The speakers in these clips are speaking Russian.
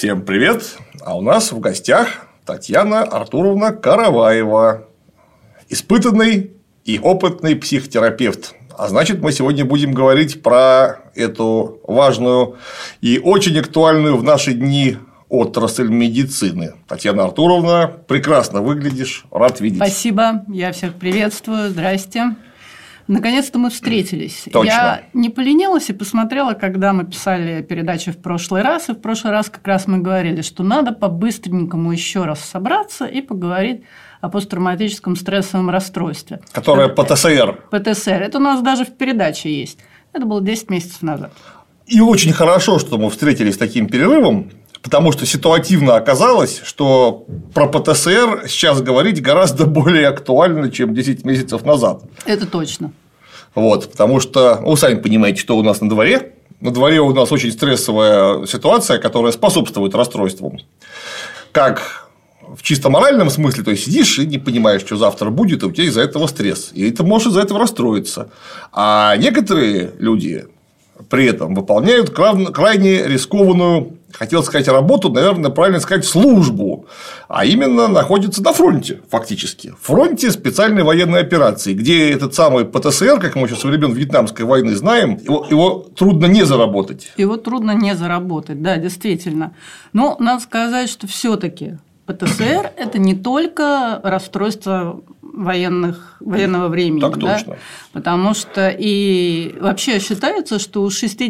Всем привет! А у нас в гостях Татьяна Артуровна Караваева, испытанный и опытный психотерапевт. А значит, мы сегодня будем говорить про эту важную и очень актуальную в наши дни отрасль медицины. Татьяна Артуровна, прекрасно выглядишь, рад видеть. Спасибо, я всех приветствую, здрасте. Наконец-то мы встретились. Точно. Я не поленилась и посмотрела, когда мы писали передачи в прошлый раз, и в прошлый раз как раз мы говорили, что надо по-быстренькому еще раз собраться и поговорить о посттравматическом стрессовом расстройстве. Которое ПТСР. ПТСР. Это у нас даже в передаче есть. Это было 10 месяцев назад. И очень хорошо, что мы встретились с таким перерывом, потому что ситуативно оказалось, что про ПТСР сейчас говорить гораздо более актуально, чем 10 месяцев назад. Это точно. Вот, потому что, вы сами понимаете, что у нас на дворе. На дворе у нас очень стрессовая ситуация, которая способствует расстройствам. Как в чисто моральном смысле, то есть сидишь и не понимаешь, что завтра будет, и у тебя из-за этого стресс. И ты можешь из-за этого расстроиться. А некоторые люди при этом выполняют крайне рискованную, хотел сказать, работу, наверное, правильно сказать, службу, а именно находятся на фронте, фактически. В фронте специальной военной операции, где этот самый ПТСР, как мы сейчас со времен Вьетнамской войны знаем, его трудно не заработать. Его трудно не заработать, да, действительно. Но надо сказать, что все-таки ПТСР – это не только расстройство военного времени. Так да? точно. Потому что и вообще считается, что у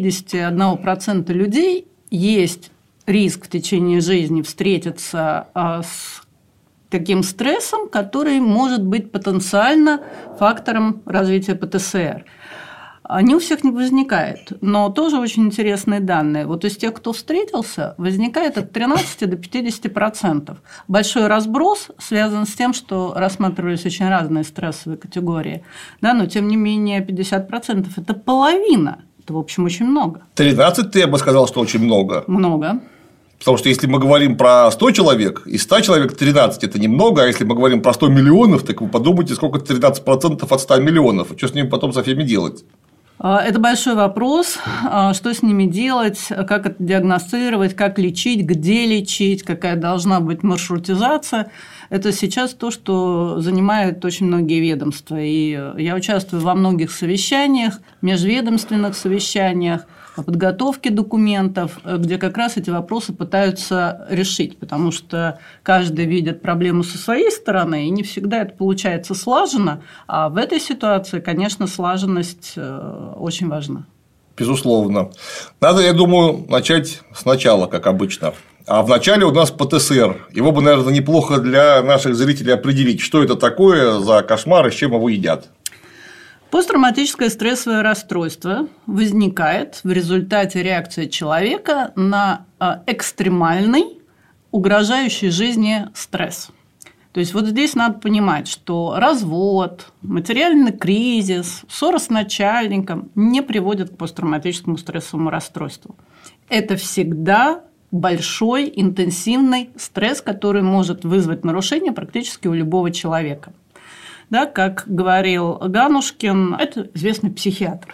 61% людей есть риск в течение жизни встретиться с таким стрессом, который может быть потенциально фактором развития ПТСР. Не у всех не возникает, но тоже очень интересные данные. Вот из тех, кто встретился, возникает от 13 до 50%. Большой разброс связан с тем, что рассматривались очень разные стрессовые категории, да, но тем не менее 50% – это половина. Это, в общем, очень много. 13, я бы сказал, что очень много. Много. Потому что если мы говорим про 100 человек, из 100 человек 13 – это немного, а если мы говорим про 100 миллионов, так вы подумайте, сколько 13% от 100 миллионов, и что с ними потом со всеми делать. Это большой вопрос, что с ними делать, как это диагностировать, как лечить, где лечить, какая должна быть маршрутизация. Это сейчас то, что занимает очень многие ведомства. И я участвую во многих совещаниях, межведомственных совещаниях, по подготовке документов, где как раз эти вопросы пытаются решить, потому что каждый видит проблему со своей стороны, и не всегда это получается слаженно, а в этой ситуации, конечно, слаженность очень важна. Безусловно. Надо, я думаю, начать сначала, как обычно. А вначале у нас ПТСР. Его бы, наверное, неплохо для наших зрителей определить, что это такое за кошмар и с чем его едят. Посттравматическое стрессовое расстройство возникает в результате реакции человека на экстремальный, угрожающий жизни стресс. То есть, вот здесь надо понимать, что развод, материальный кризис, ссора с начальником не приводят к посттравматическому стрессовому расстройству. Это всегда большой, интенсивный стресс, который может вызвать нарушение практически у любого человека. Да, как говорил Ганушкин, это известный психиатр.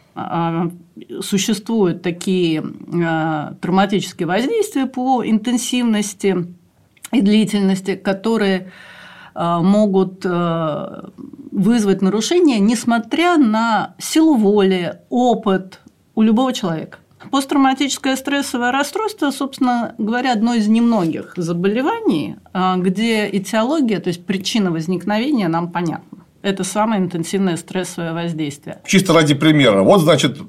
Ага. Существуют такие травматические воздействия по интенсивности и длительности, которые могут вызвать нарушение, несмотря на силу воли, опыт у любого человека. Посттравматическое стрессовое расстройство, собственно говоря, одно из немногих заболеваний, где этиология, то есть причина возникновения, нам понятна. Это самое интенсивное стрессовое воздействие. Чисто ради примера. Вот, значит,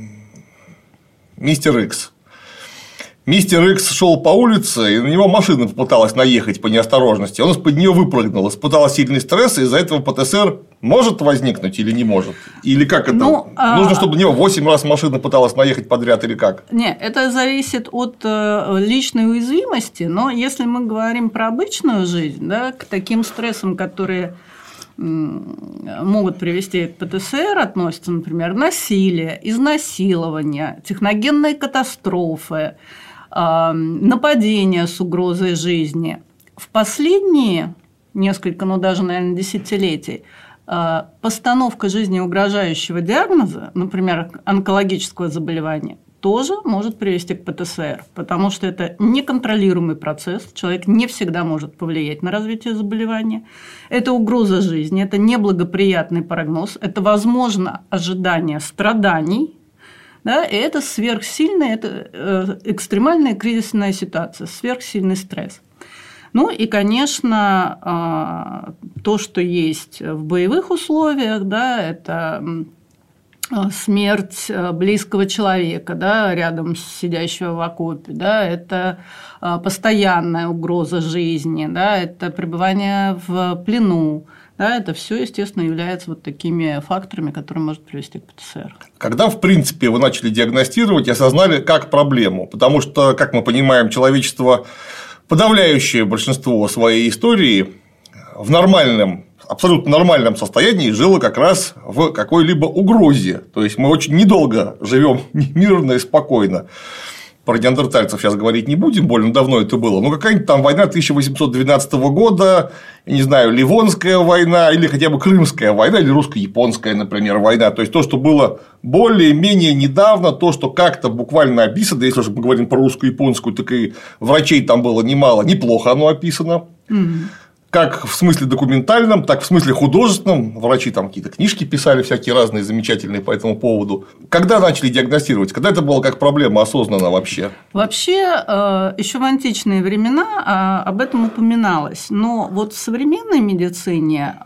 мистер Икс. Мистер Икс шел по улице, и на него машина попыталась наехать по неосторожности. Он из-под нее выпрыгнул, испытал сильный стресс, и из-за этого ПТСР может возникнуть или не может? Или как это? Нужно, чтобы на него 8 раз машина пыталась наехать подряд, или как? Нет, это зависит от личной уязвимости, но если мы говорим про обычную жизнь, да, к таким стрессам, которые могут привести к ПТСР, относятся, например, насилие, изнасилование, техногенные катастрофы, нападения с угрозой жизни. В последние несколько, даже, наверное, десятилетий постановка жизнеугрожающего диагноза, например, онкологического заболевания, тоже может привести к ПТСР, потому что это неконтролируемый процесс, человек не всегда может повлиять на развитие заболевания, это угроза жизни, это неблагоприятный прогноз, это, возможно, ожидание страданий, да, и это сверхсильная, это экстремальная кризисная ситуация, сверхсильный стресс. Ну и, конечно, то, что есть в боевых условиях, да, это смерть близкого человека, да, рядом сидящего в окопе, да, это постоянная угроза жизни, да, это пребывание в плену, да, это все, естественно, является вот такими факторами, которые может привести к ПТСР. Когда, в принципе, вы начали диагностировать и осознали как проблему? Потому что, как мы понимаем, человечество, подавляющее большинство своей истории в нормальном, абсолютно нормальном состоянии жило как раз в какой-либо угрозе. То есть мы очень недолго живем мирно и спокойно. Про неандертальцев сейчас говорить не будем, больно давно это было. Но какая-нибудь там война 1812 года, я не знаю, Ливонская война, или хотя бы Крымская война, или русско-японская, например, война. То есть то, что было более-менее недавно, то, что как-то буквально описано, если уж мы говорим про русско-японскую, так и врачей там было немало, неплохо оно описано. Как в смысле документальном, так в смысле художественном. Врачи там какие-то книжки писали всякие разные замечательные по этому поводу. Когда начали диагностировать? Когда это было как проблема осознанно вообще? Вообще, еще в античные времена об этом упоминалось. Но вот в современной медицине,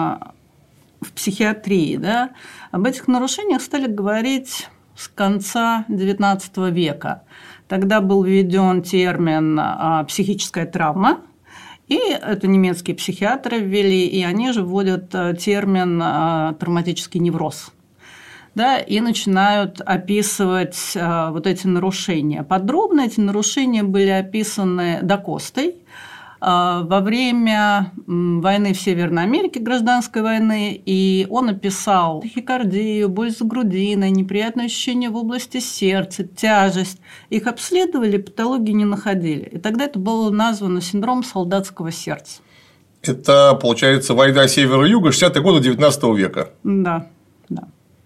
в психиатрии, да, об этих нарушениях стали говорить с конца XIX века. Тогда был введен термин «психическая травма». И это немецкие психиатры ввели, и они же вводят термин «травматический невроз». Да, и начинают описывать вот эти нарушения. Подробно эти нарушения были описаны Да Костой во время войны в Северной Америке, гражданской войны, и он описал тахикардию, боль за грудиной, неприятное ощущение в области сердца, тяжесть. Их обследовали, патологии не находили. И тогда это было названо синдром солдатского сердца. Это, получается, война севера-юга, 60-е годы 19 века. Да, да.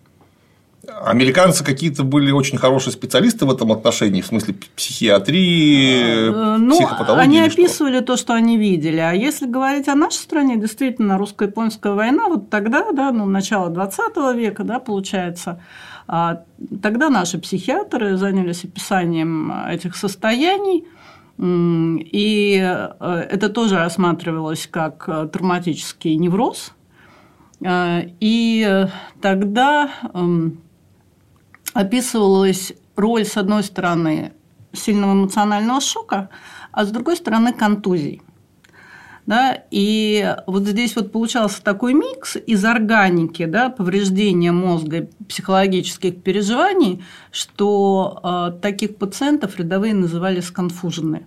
Американцы какие-то были очень хорошие специалисты в этом отношении, в смысле психиатрии, психопатологии? Они описывали то, что они видели. А если говорить о нашей стране, действительно, русско-японская война, вот тогда, да, начало 20 века, да, получается, тогда наши психиатры занялись описанием этих состояний, и это тоже рассматривалось как травматический невроз. И тогда описывалась роль, с одной стороны, сильного эмоционального шока, а с другой стороны, контузий. Да? И вот здесь вот получался такой микс из органики, да, повреждения мозга и психологических переживаний, что таких пациентов рядовые называли сконфужены.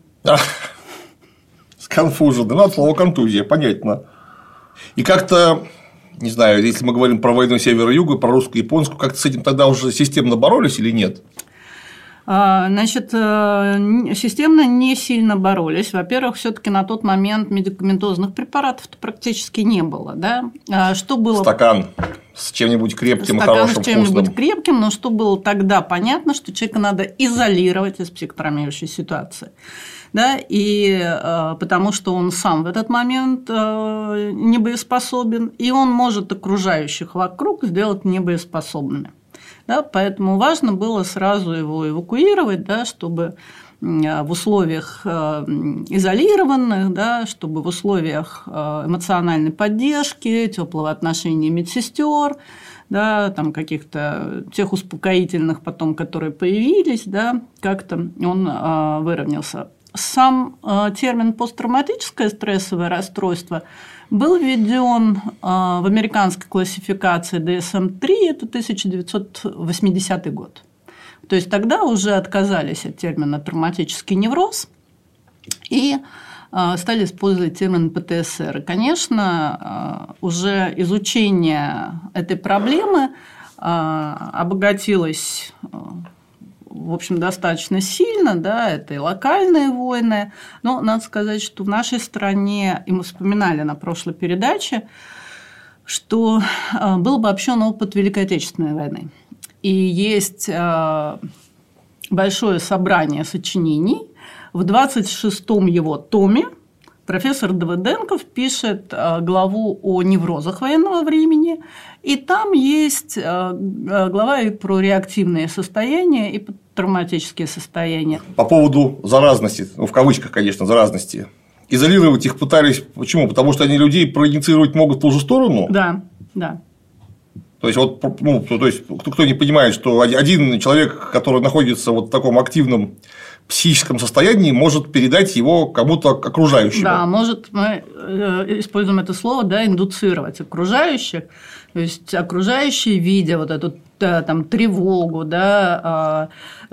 Сконфужены, ну, от слова контузия, понятно. И как-то, не знаю, если мы говорим про войну севера-юга, про русско-японскую, как-то с этим тогда уже системно боролись или нет? Значит, системно не сильно боролись. Во-первых, все-таки на тот момент медикаментозных препаратов практически не было. Да? Что было... Стакан с чем-нибудь крепким и хорошим, вкусным. Стакан с чем-нибудь крепким, но что было тогда понятно, что человека надо изолировать из психотравмирующей ситуации. Да, и потому что он сам в этот момент не боеспособен, и он может окружающих вокруг сделать небоеспособными. Да, поэтому важно было сразу его эвакуировать, да, чтобы в условиях изолированных, да, чтобы в условиях эмоциональной поддержки, теплого отношения медсестер, да, там каких-то тех успокоительных потом, которые появились, да, как-то он выровнялся. Сам термин посттравматическое стрессовое расстройство был введен в американской классификации DSM-3, это 1980 год. То есть тогда уже отказались от термина травматический невроз и стали использовать термин ПТСР. И, конечно, уже изучение этой проблемы обогатилось, в общем, достаточно сильно, да, это и локальные войны, но надо сказать, что в нашей стране, и мы вспоминали на прошлой передаче, что был обобщен опыт Великой Отечественной войны. И есть большое собрание сочинений. В 26-м его томе профессор Давыденков пишет главу о неврозах военного времени, и там есть глава и про реактивные состояния, и про травматические состояния. По поводу заразности, в кавычках, конечно, заразности, изолировать их пытались. Почему? Потому что они людей проинициировать могут в ту же сторону? Да, да. То есть, кто не понимает, что один человек, который находится в таком активном психическом состоянии, может передать его кому-то окружающему. Да, может, мы используем это слово, да, индуцировать окружающих. То есть окружающие, видя вот эту там тревогу, да,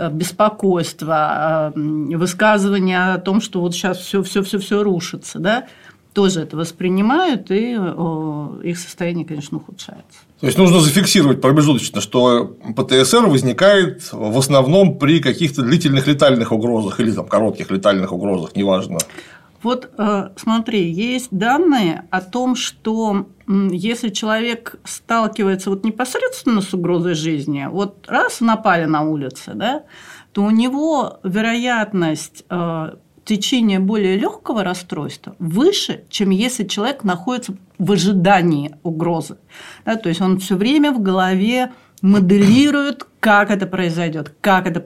беспокойство, высказывание о том, что вот сейчас все рушится, да, тоже это воспринимают, и их состояние, конечно, ухудшается. То есть нужно зафиксировать промежуточно, что ПТСР возникает в основном при каких-то длительных летальных угрозах или там, коротких летальных угрозах, неважно. Вот смотри, есть данные о том, что если человек сталкивается вот непосредственно с угрозой жизни, вот раз напали на улице, да, то у него вероятность течения более легкого расстройства выше, чем если человек находится в ожидании угрозы. Да, то есть он все время в голове моделирует, как это произойдет.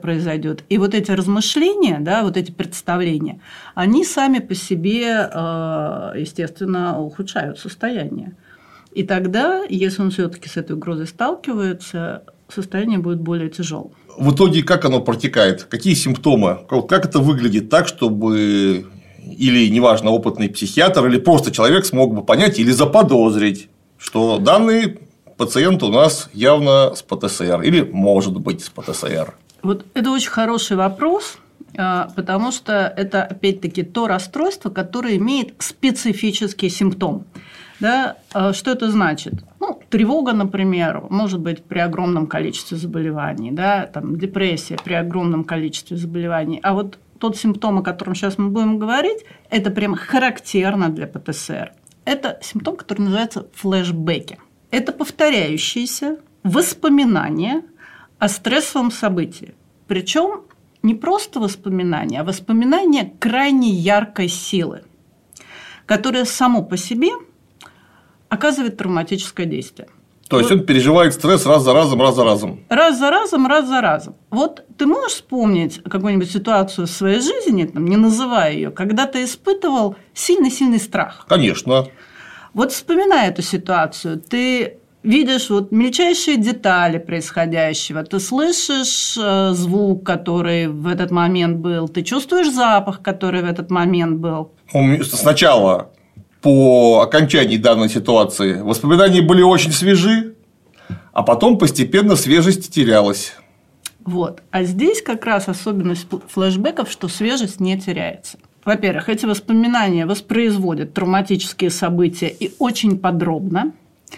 И вот эти размышления, да, вот эти представления, они сами по себе, естественно, ухудшают состояние. И тогда, если он все-таки с этой угрозой сталкивается, состояние будет более тяжелым. В итоге, как оно протекает? Какие симптомы? Как это выглядит так, чтобы или, неважно, опытный психиатр, или просто человек смог бы понять или заподозрить, что данный пациент у нас явно с ПТСР или может быть с ПТСР? Вот это очень хороший вопрос, потому что это, опять-таки, то расстройство, которое имеет специфический симптом. Да? Что это значит? Ну, тревога, например, может быть при огромном количестве заболеваний, да? Там, депрессия при огромном количестве заболеваний. А вот тот симптом, о котором сейчас мы будем говорить, это прямо характерно для ПТСР. Это симптом, который называется флешбеки. Это повторяющиеся воспоминания о стрессовом событии. Причем не просто воспоминания, а воспоминания крайне яркой силы, которое само по себе оказывает травматическое действие. То есть он переживает стресс раз за разом. Раз за разом. Вот ты можешь вспомнить какую-нибудь ситуацию в своей жизни, там, не называя ее, когда ты испытывал сильный-сильный страх? Конечно. Вот вспоминая эту ситуацию, ты видишь вот мельчайшие детали происходящего, ты слышишь звук, который в этот момент был, ты чувствуешь запах, который в этот момент был. Сначала, по окончании данной ситуации, воспоминания были очень свежи, а потом постепенно свежесть терялась. Вот. А здесь как раз особенность флешбеков, что свежесть не теряется. Во-первых, эти воспоминания воспроизводят травматические события и очень подробно.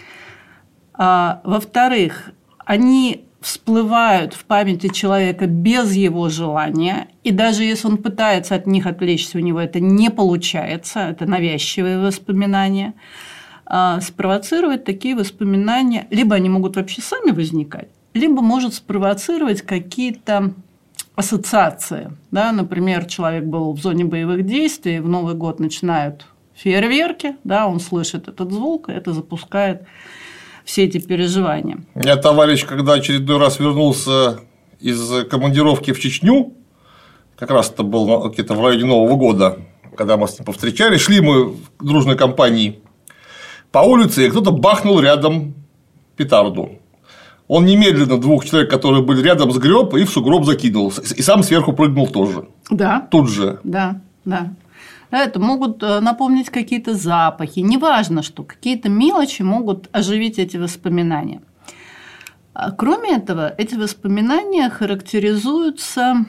Во-вторых, они всплывают в памяти человека без его желания, и даже если он пытается от них отвлечься, у него это не получается, это навязчивые воспоминания. Спровоцировать такие воспоминания, либо они могут вообще сами возникать, либо может спровоцировать какие-то ассоциации. Да? Например, человек был в зоне боевых действий, в Новый год начинают фейерверки, да, он слышит этот звук, и это запускает все эти переживания. У меня товарищ, когда очередной раз вернулся из командировки в Чечню, как раз это было где-то в районе Нового года, когда мы с ним повстречались, шли мы в дружной компании по улице, и кто-то бахнул рядом петарду. Он немедленно двух человек, которые были рядом, сгреб и в сугроб закинул. И сам сверху прыгнул тоже. Да. Тут же. Да. Это могут напомнить какие-то запахи. Неважно, что какие-то мелочи могут оживить эти воспоминания. Кроме этого, эти воспоминания характеризуются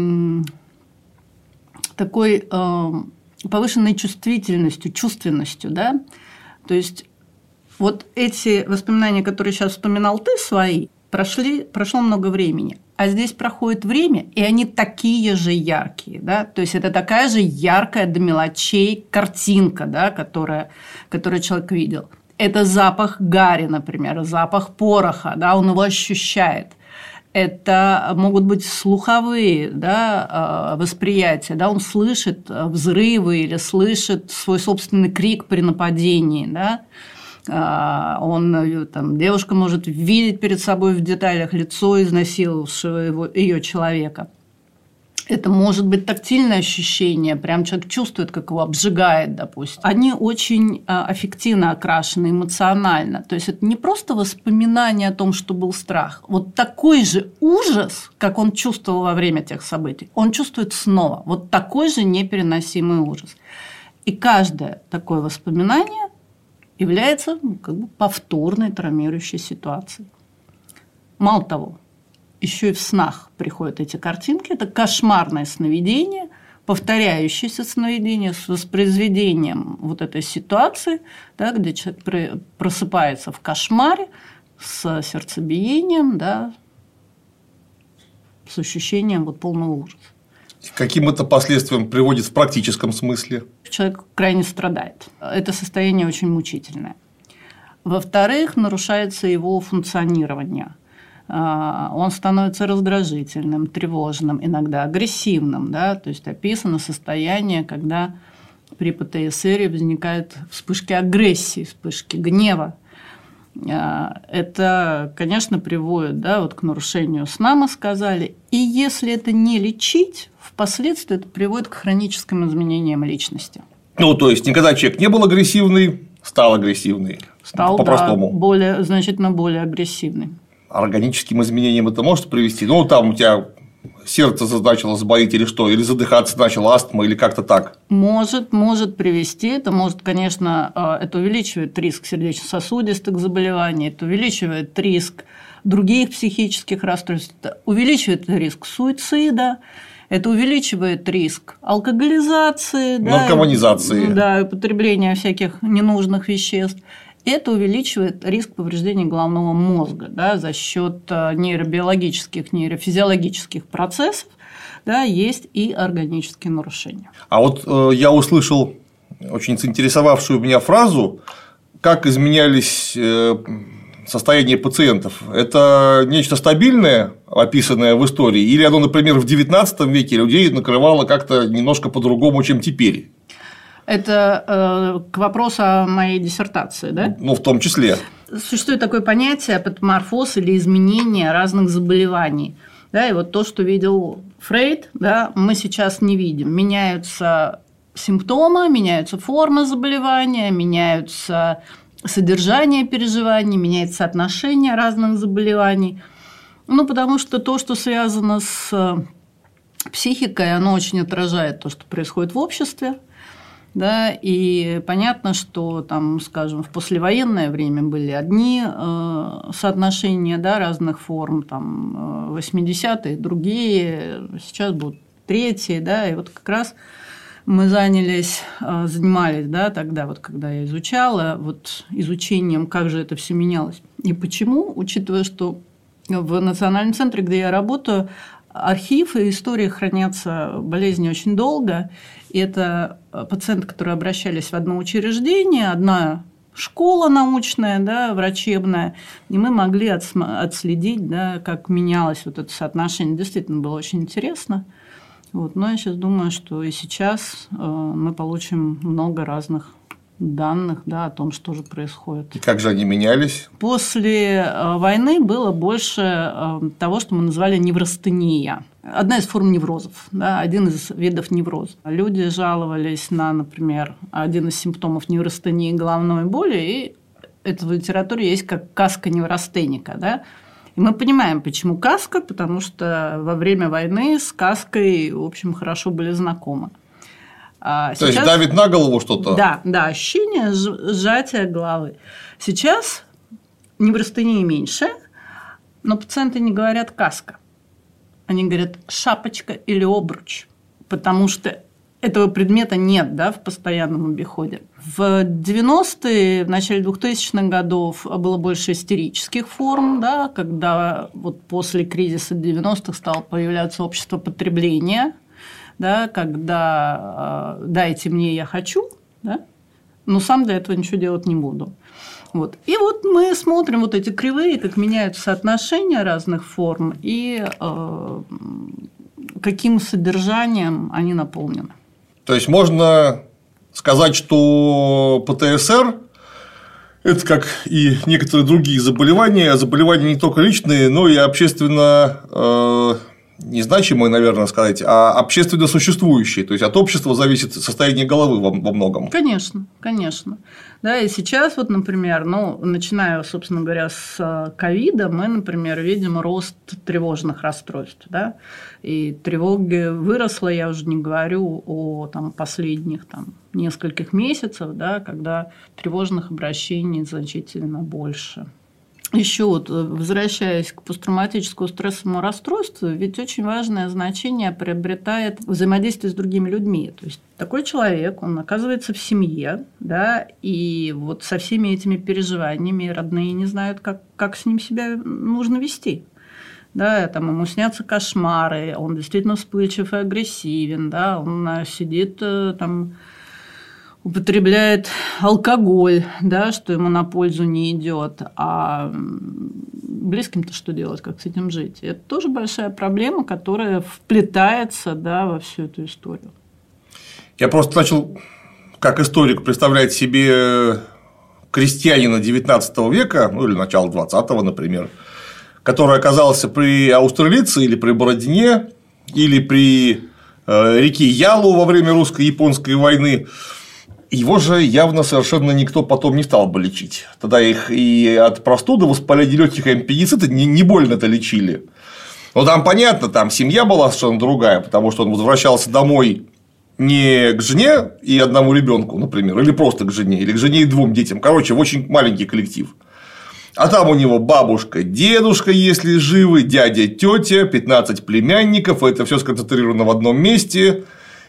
такой повышенной чувствительностью, чувственностью. Да? То есть, вот эти воспоминания, которые сейчас вспоминал ты, свои, прошло много времени, а здесь проходит время, и они такие же яркие. Да? То есть, это такая же яркая до мелочей картинка, да, которую человек видел. Это запах гари, например, запах пороха, да, он его ощущает. Это могут быть слуховые, да, восприятия. Да, он слышит взрывы или слышит свой собственный крик при нападении. Да. Девушка может видеть перед собой в деталях лицо изнасиловавшего ее человека. Это может быть тактильное ощущение, прям человек чувствует, как его обжигает, допустим. Они очень аффективно окрашены, эмоционально. То есть это не просто воспоминание о том, что был страх. Вот такой же ужас, как он чувствовал во время тех событий, он чувствует снова. Вот такой же непереносимый ужас. И каждое такое воспоминание является повторной травмирующей ситуацией. Мало того, еще и в снах приходят эти картинки. Это кошмарное сновидение, повторяющееся сновидение с воспроизведением вот этой ситуации, да, где человек просыпается в кошмаре с сердцебиением, да, с ощущением полного ужаса. Каким это последствиям приводит в практическом смысле? Человек крайне страдает. Это состояние очень мучительное. Во-вторых, нарушается его функционирование. Он становится раздражительным, тревожным, иногда агрессивным. Да? То есть описано состояние, когда при ПТСР возникают вспышки агрессии, вспышки гнева. Это, конечно, приводит, да, к нарушению сна, мы сказали. И если это не лечить, впоследствии это приводит к хроническим изменениям личности. То есть никогда человек не был агрессивный, стал агрессивный. Стал, по-простому. Да, значительно более агрессивный. Органическим изменениям это может привести? Там у тебя сердце начало сбоить или что? Или задыхаться начала астма, или как-то так? Может привести. Это может, конечно, это увеличивает риск сердечно-сосудистых заболеваний, это увеличивает риск других психических расстройств, это увеличивает риск суицида, это увеличивает риск алкоголизации, наркоманизации, да, употребления всяких ненужных веществ. Это увеличивает риск повреждения головного мозга, да, за счет нейробиологических, нейрофизиологических процессов, да, есть и органические нарушения. А я услышал очень заинтересовавшую меня фразу, как изменялись состояния пациентов. Это нечто стабильное, описанное в истории, или оно, например, в XIX веке людей накрывало как-то немножко по-другому, чем теперь? Это к вопросу о моей диссертации, да? В том числе. Существует такое понятие патоморфоз или изменение разных заболеваний. Да, и то, что видел Фрейд, да, мы сейчас не видим. Меняются симптомы, меняются формы заболевания, меняются содержание переживаний, меняется отношение разных заболеваний. Потому что то, что связано с психикой, оно очень отражает то, что происходит в обществе. Да, и понятно, что скажем, в послевоенное время были одни соотношения, да, разных форм, 80-е, другие, сейчас будут третьи, да, и как раз мы занимались, да, тогда, когда я изучала, изучением, как же это все менялось и почему, учитывая, что в Национальном центре, где я работаю, архив и истории хранятся болезни очень долго. И это пациенты, которые обращались в одно учреждение, одна школа научная, да, врачебная, и мы могли отследить, да, как менялось это соотношение. Действительно было очень интересно. Но я сейчас думаю, что и сейчас мы получим много разных данных, да, о том, что же происходит. И как же они менялись? После войны было больше того, что мы назвали неврастения. Одна из форм неврозов, да, один из видов невроза. Люди жаловались на, например, один из симптомов неврастении головной боли, и это в литературе есть как каска неврастеника. Да? И мы понимаем, почему каска, потому что во время войны с каской, в общем, хорошо были знакомы. То есть давит на голову что-то? Да, ощущение сжатия головы. Сейчас неврастении меньше, но пациенты не говорят каска. Они говорят шапочка или обруч, потому что этого предмета нет, да, в постоянном обиходе. В 90-е, в начале 2000-х годов было больше истерических форм, да, когда после кризиса 90-х стало появляться общество потребления, да, когда «дайте мне, я хочу», да, но сам для этого ничего делать не буду. Вот. И вот мы смотрим вот эти кривые, как меняются соотношения разных форм и каким содержанием они наполнены. То есть можно сказать, что ПТСР – это как и некоторые другие заболевания не только личные, но и общественно незначимые, наверное, сказать, а общественно существующие. То есть от общества зависит состояние головы во многом. Конечно, конечно. Да, и сейчас, вот, например, начиная, собственно говоря, с ковида, мы, например, видим рост тревожных расстройств. Да? И тревога выросла, я уже не говорю о последних нескольких месяцев, да, когда тревожных обращений значительно больше. Еще вот, возвращаясь к посттравматическому стрессовому расстройству, ведь очень важное значение приобретает взаимодействие с другими людьми. То есть такой человек, он оказывается в семье, да, и вот со всеми этими переживаниями родные не знают, как с ним себя нужно вести. Да, ему снятся кошмары, он действительно вспыльчив и агрессивен, да, он сидит употребляет алкоголь, да, что ему на пользу не идет, а близким-то что делать, как с этим жить? Это тоже большая проблема, которая вплетается, да, во всю эту историю. Я просто начал, как историк, представлять себе крестьянина XIX века, или начала XX, например, который оказался при Аустерлице или при Бородине, или при реке Ялу во время русско-японской войны. Его же явно совершенно никто потом не стал бы лечить. Тогда их и от простуды, воспаления легких и аппендицита не больно-то лечили. Но там понятно, там семья была совершенно другая, потому что он возвращался домой не к жене и одному ребенку, например, или просто к жене, или к жене и двум детям. Короче, в очень маленький коллектив. А там у него бабушка, дедушка, если живы, дядя, тетя, 15 племянников, и это все сконцентрировано в одном месте.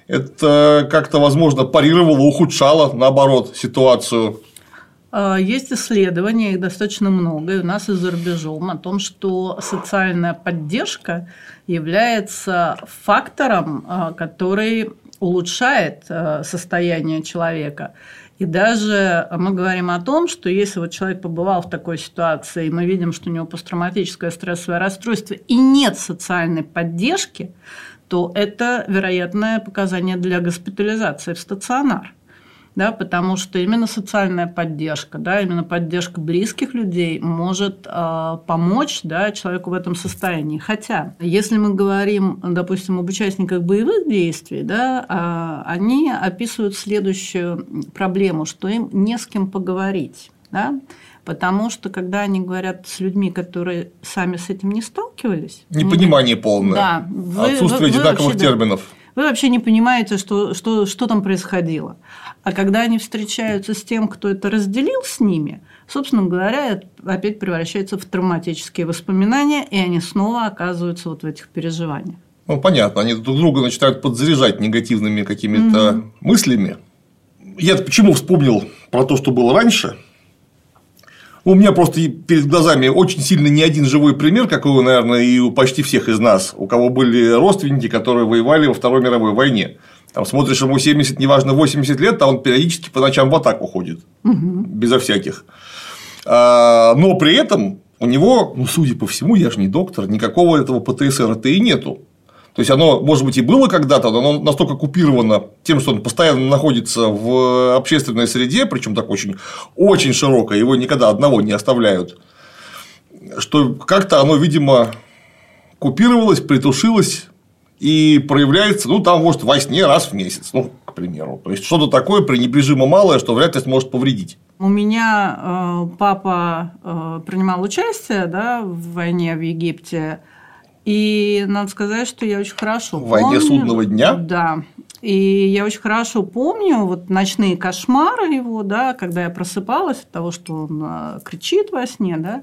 Это как-то, возможно, парировало, ухудшало, наоборот, ситуацию. Есть исследования, их достаточно много, и у нас и за рубежом, о том, что социальная поддержка является фактором, который улучшает состояние человека. И даже мы говорим о том, что если вот человек побывал в такой ситуации, и мы видим, что у него посттравматическое стрессовое расстройство, и нет социальной поддержки, то это вероятное показание для госпитализации в стационар. Да, потому что именно социальная поддержка, да, именно поддержка близких людей может помочь, да, человеку в этом состоянии. Хотя, если мы говорим, допустим, об участниках боевых действий, да, они описывают следующую проблему, что им не с кем поговорить. Да? Потому что, когда они говорят с людьми, которые сами с этим не сталкивались… Непонимание полное, да, отсутствие одинаковых терминов. Вы вообще не понимаете, что там происходило. А когда они встречаются с тем, кто это разделил с ними, собственно говоря, это опять превращается в травматические воспоминания, и они снова оказываются вот в этих переживаниях. Ну, понятно, они друг друга начинают подзаряжать негативными какими-то мыслями. Я почему вспомнил про то, что было раньше? У меня просто перед глазами очень сильно не один живой пример, какой, наверное, и у почти всех из нас, у кого были родственники, которые воевали во Второй мировой войне. Там смотришь, ему 70, неважно, 80 лет, а он периодически по ночам в атаку ходит. Безо всяких. Но при этом у него, судя по всему, я же не доктор, никакого этого ПТСР-то и нету. То есть оно, может быть, и было когда-то, но оно настолько купировано тем, что он постоянно находится в общественной среде, причем так очень, очень широкое, его никогда одного не оставляют, что как-то оно, видимо, купировалось, притушилось и проявляется, там, может, во сне раз в месяц, к примеру. То есть что-то такое пренебрежимо малое, что вряд ли сможет повредить. У меня папа принимал участие, да, в войне в Египте. И надо сказать, что я очень хорошо помню. В войне судного дня? Да. И я очень хорошо помню вот ночные кошмары его, да, когда я просыпалась от того, что он кричит во сне, да.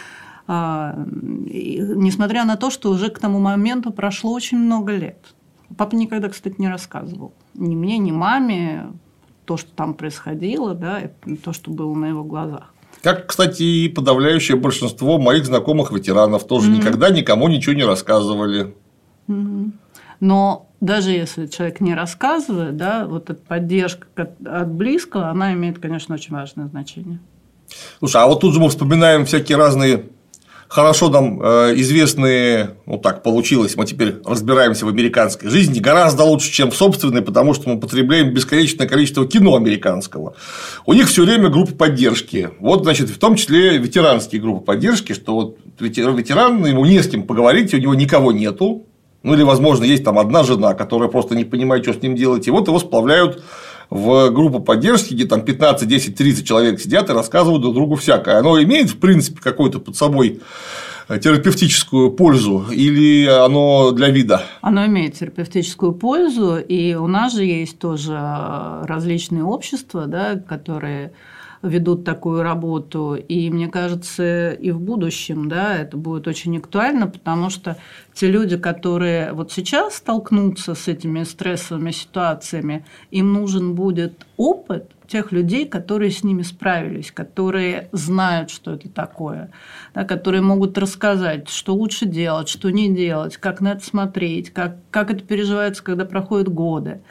И, несмотря на то, что уже к тому моменту прошло очень много лет. Папа никогда, кстати, не рассказывал ни мне, ни маме то, что там происходило, да, то, что было на его глазах. Как, кстати, и подавляющее большинство моих знакомых ветеранов тоже никогда никому ничего не рассказывали. Но даже если человек не рассказывает, да, вот эта поддержка от близкого, она имеет, конечно, очень важное значение. Слушай, а вот тут же мы вспоминаем всякие разные хорошо нам известные, ну так получилось, мы теперь разбираемся в американской жизни гораздо лучше, чем в собственной, потому что мы потребляем бесконечное количество кино американского. У них все время группы поддержки. Вот, значит, в том числе ветеранские группы поддержки, что вот ветеран, ему не с кем поговорить, у него никого нету. Ну, или, возможно, есть там одна жена, которая просто не понимает, что с ним делать. И вот его сплавляют в группу поддержки, где там 15, 10, 30 человек сидят и рассказывают друг другу всякое. Оно имеет, в принципе, какую-то под собой терапевтическую пользу или оно для вида? Оно имеет терапевтическую пользу, и у нас же есть тоже различные общества, да, которые ведут такую работу, и мне кажется, и в будущем, да, это будет очень актуально, потому что те люди, которые вот сейчас столкнутся с этими стрессовыми ситуациями, им нужен будет опыт тех людей, которые с ними справились, которые знают, что это такое, да, которые могут рассказать, что лучше делать, что не делать, как на это смотреть, как это переживается, когда проходят годы.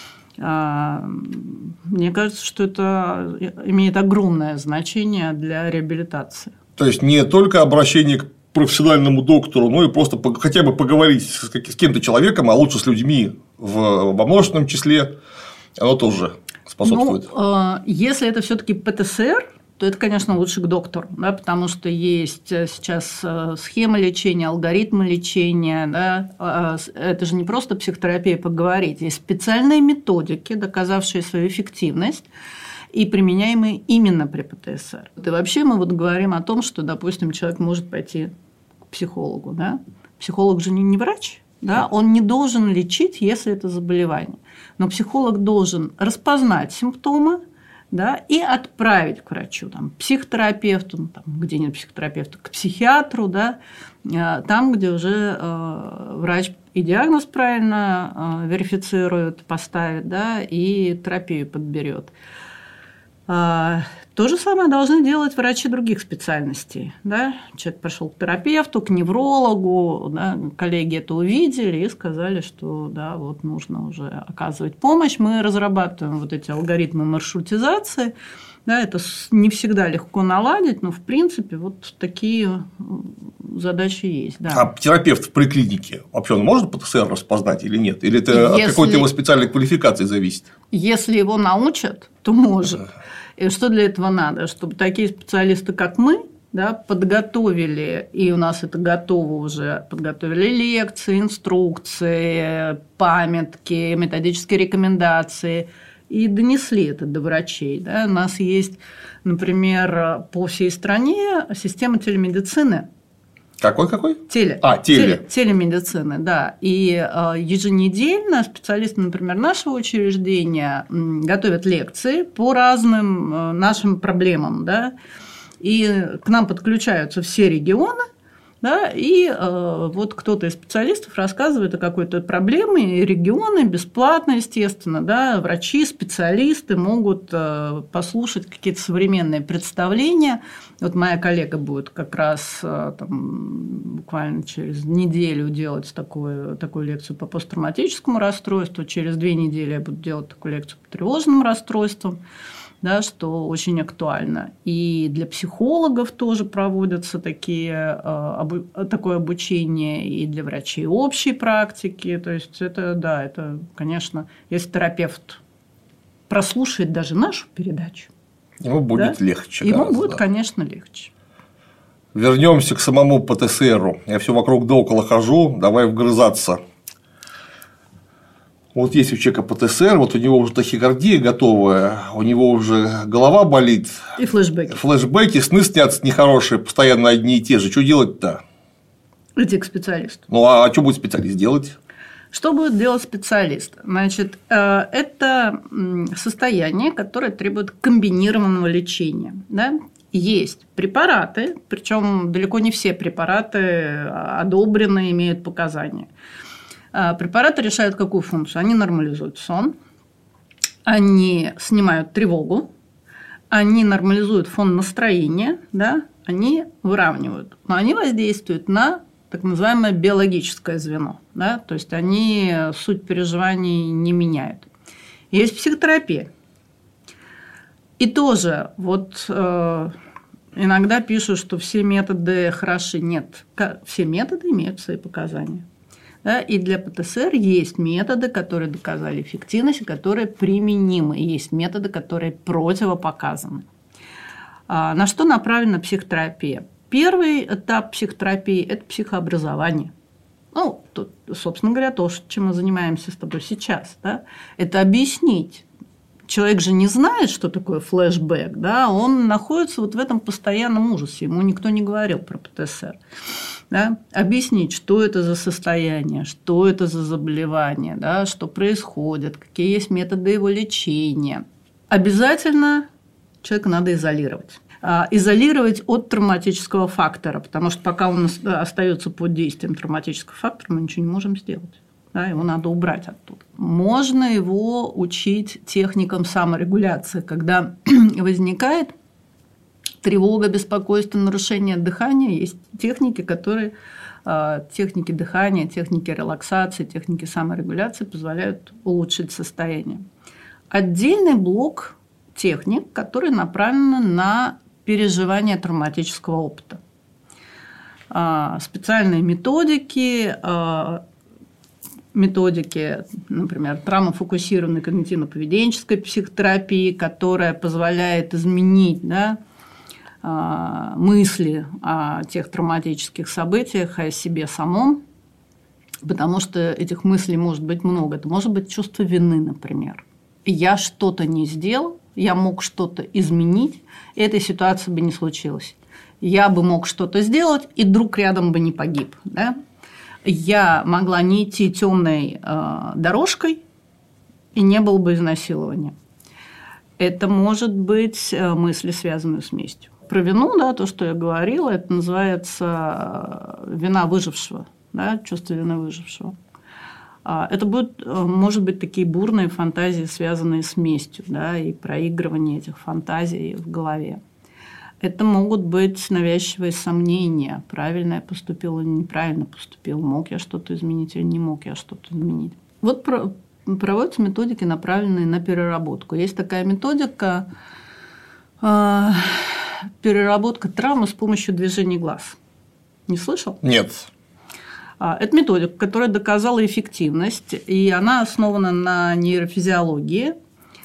Мне кажется, что это имеет огромное значение для реабилитации. То есть не только обращение к профессиональному доктору, но и просто хотя бы поговорить с кем-то человеком, а лучше с людьми во множественном числе, оно тоже способствует. Ну, если это все-таки ПТСР, то это, конечно, лучше к доктору, да, потому что есть сейчас схемы лечения, алгоритмы лечения. Да, это же не просто психотерапия поговорить, есть специальные методики, доказавшие свою эффективность и применяемые именно при ПТСР. И вообще мы вот говорим о том, что, допустим, человек может пойти к психологу. Да? Психолог же не врач. Да, он не должен лечить, если это заболевание. Но психолог должен распознать симптомы, да, и отправить к врачу, там, психотерапевту, там, где нет психотерапевта, к психиатру, да, там, где уже врач и диагноз правильно верифицирует, поставит, да, и терапию подберет. То же самое должны делать врачи других специальностей. Да? Человек пошел к терапевту, к неврологу, да? Коллеги это увидели и сказали, что да, вот нужно уже оказывать помощь. Мы разрабатываем вот эти алгоритмы маршрутизации. Да, это не всегда легко наладить, но в принципе вот такие задачи есть. Да. А терапевт в поликлинике вообще он может ПТСР распознать или нет? Или это от какой-то его специальной квалификации зависит? Если его научат, то может. И что для этого надо? Чтобы такие специалисты, как мы, да, подготовили, и у нас это готово уже, подготовили лекции, инструкции, памятки, методические рекомендации и донесли это до врачей. Да. У нас есть, например, по всей стране система телемедицины. Какой? Телемедицины, да. И еженедельно специалисты, например, нашего учреждения готовят лекции по разным нашим проблемам, да. И к нам подключаются все регионы, да, и вот кто-то из специалистов рассказывает о какой-то проблеме, и регионы бесплатно, естественно, да, врачи, специалисты могут послушать какие-то современные представления. Вот моя коллега будет как раз там, буквально через неделю делать такую лекцию по посттравматическому расстройству, через 2 недели я буду делать такую лекцию по тревожным расстройствам. Да, что очень актуально. И для психологов тоже проводятся такое обучение, и для врачей общей практики. То есть, это, конечно, если терапевт прослушает даже нашу передачу, ему будет легче. Ему будет, конечно, легче. Вернемся к самому ПТСРу. Я все вокруг да около хожу, давай вгрызаться. Вот есть у человека ПТСР, вот у него уже тахикардия готовая, у него уже голова болит. И флешбеки. Флешбеки, сны снятся нехорошие, постоянно одни и те же. Что делать-то? Иди к специалисту. Ну, а что будет специалист делать? Что будет делать специалист? Значит, это состояние, которое требует комбинированного лечения. Да? Есть препараты, причем далеко не все препараты одобрены, имеют показания. Препараты решают какую функцию? Они нормализуют сон, они снимают тревогу, они нормализуют фон настроения, да, они выравнивают. Но они воздействуют на так называемое биологическое звено. Да? То есть они суть переживаний не меняют. Есть психотерапия. И тоже вот иногда пишут, что все методы хороши. Нет, все методы имеют свои показания. Да? И для ПТСР есть методы, которые доказали эффективность, и которые применимы. И есть методы, которые противопоказаны. На что направлена психотерапия? Первый этап психотерапии – это психообразование. Ну, тут, собственно говоря, то, чем мы занимаемся с тобой сейчас. Да? Это объяснить. Человек же не знает, что такое флешбэк, да? Он находится вот в этом постоянном ужасе. Ему никто не говорил про ПТСР. Да? Объяснить, что это за состояние, что это за заболевание, да? Что происходит, какие есть методы его лечения. Обязательно человека надо изолировать. Изолировать от травматического фактора, потому что пока он остается под действием травматического фактора, мы ничего не можем сделать. Да, его надо убрать оттуда. Можно его учить техникам саморегуляции, когда возникает тревога, беспокойство, нарушение дыхания. Есть техники, которые техники дыхания, техники релаксации, техники саморегуляции позволяют улучшить состояние. Отдельный блок техник, которые направлены на переживание травматического опыта. Специальные методики, например, травмофокусированной когнитивно-поведенческой психотерапии, которая позволяет изменить, да, мысли о тех травматических событиях, о себе самом, потому что этих мыслей может быть много. Это может быть чувство вины, например. Я что-то не сделал, я мог что-то изменить, и этой ситуации бы не случилось. Я бы мог что-то сделать, и друг рядом бы не погиб. Да? Я могла не идти темной дорожкой, и не было бы изнасилования. Это может быть мысли, связанные с местью. Про вину, да, то, что я говорила, это называется вина выжившего, да, чувство вины выжившего. Это может быть такие бурные фантазии, связанные с местью, да, и проигрывание этих фантазий в голове. Это могут быть навязчивые сомнения, правильно я поступил или неправильно поступил, мог я что-то изменить или не мог я что-то изменить. Вот проводятся методики, направленные на переработку. Есть такая методика переработка травмы с помощью движений глаз. Не слышал? Нет. Это методика, которая доказала эффективность, и она основана на нейрофизиологии.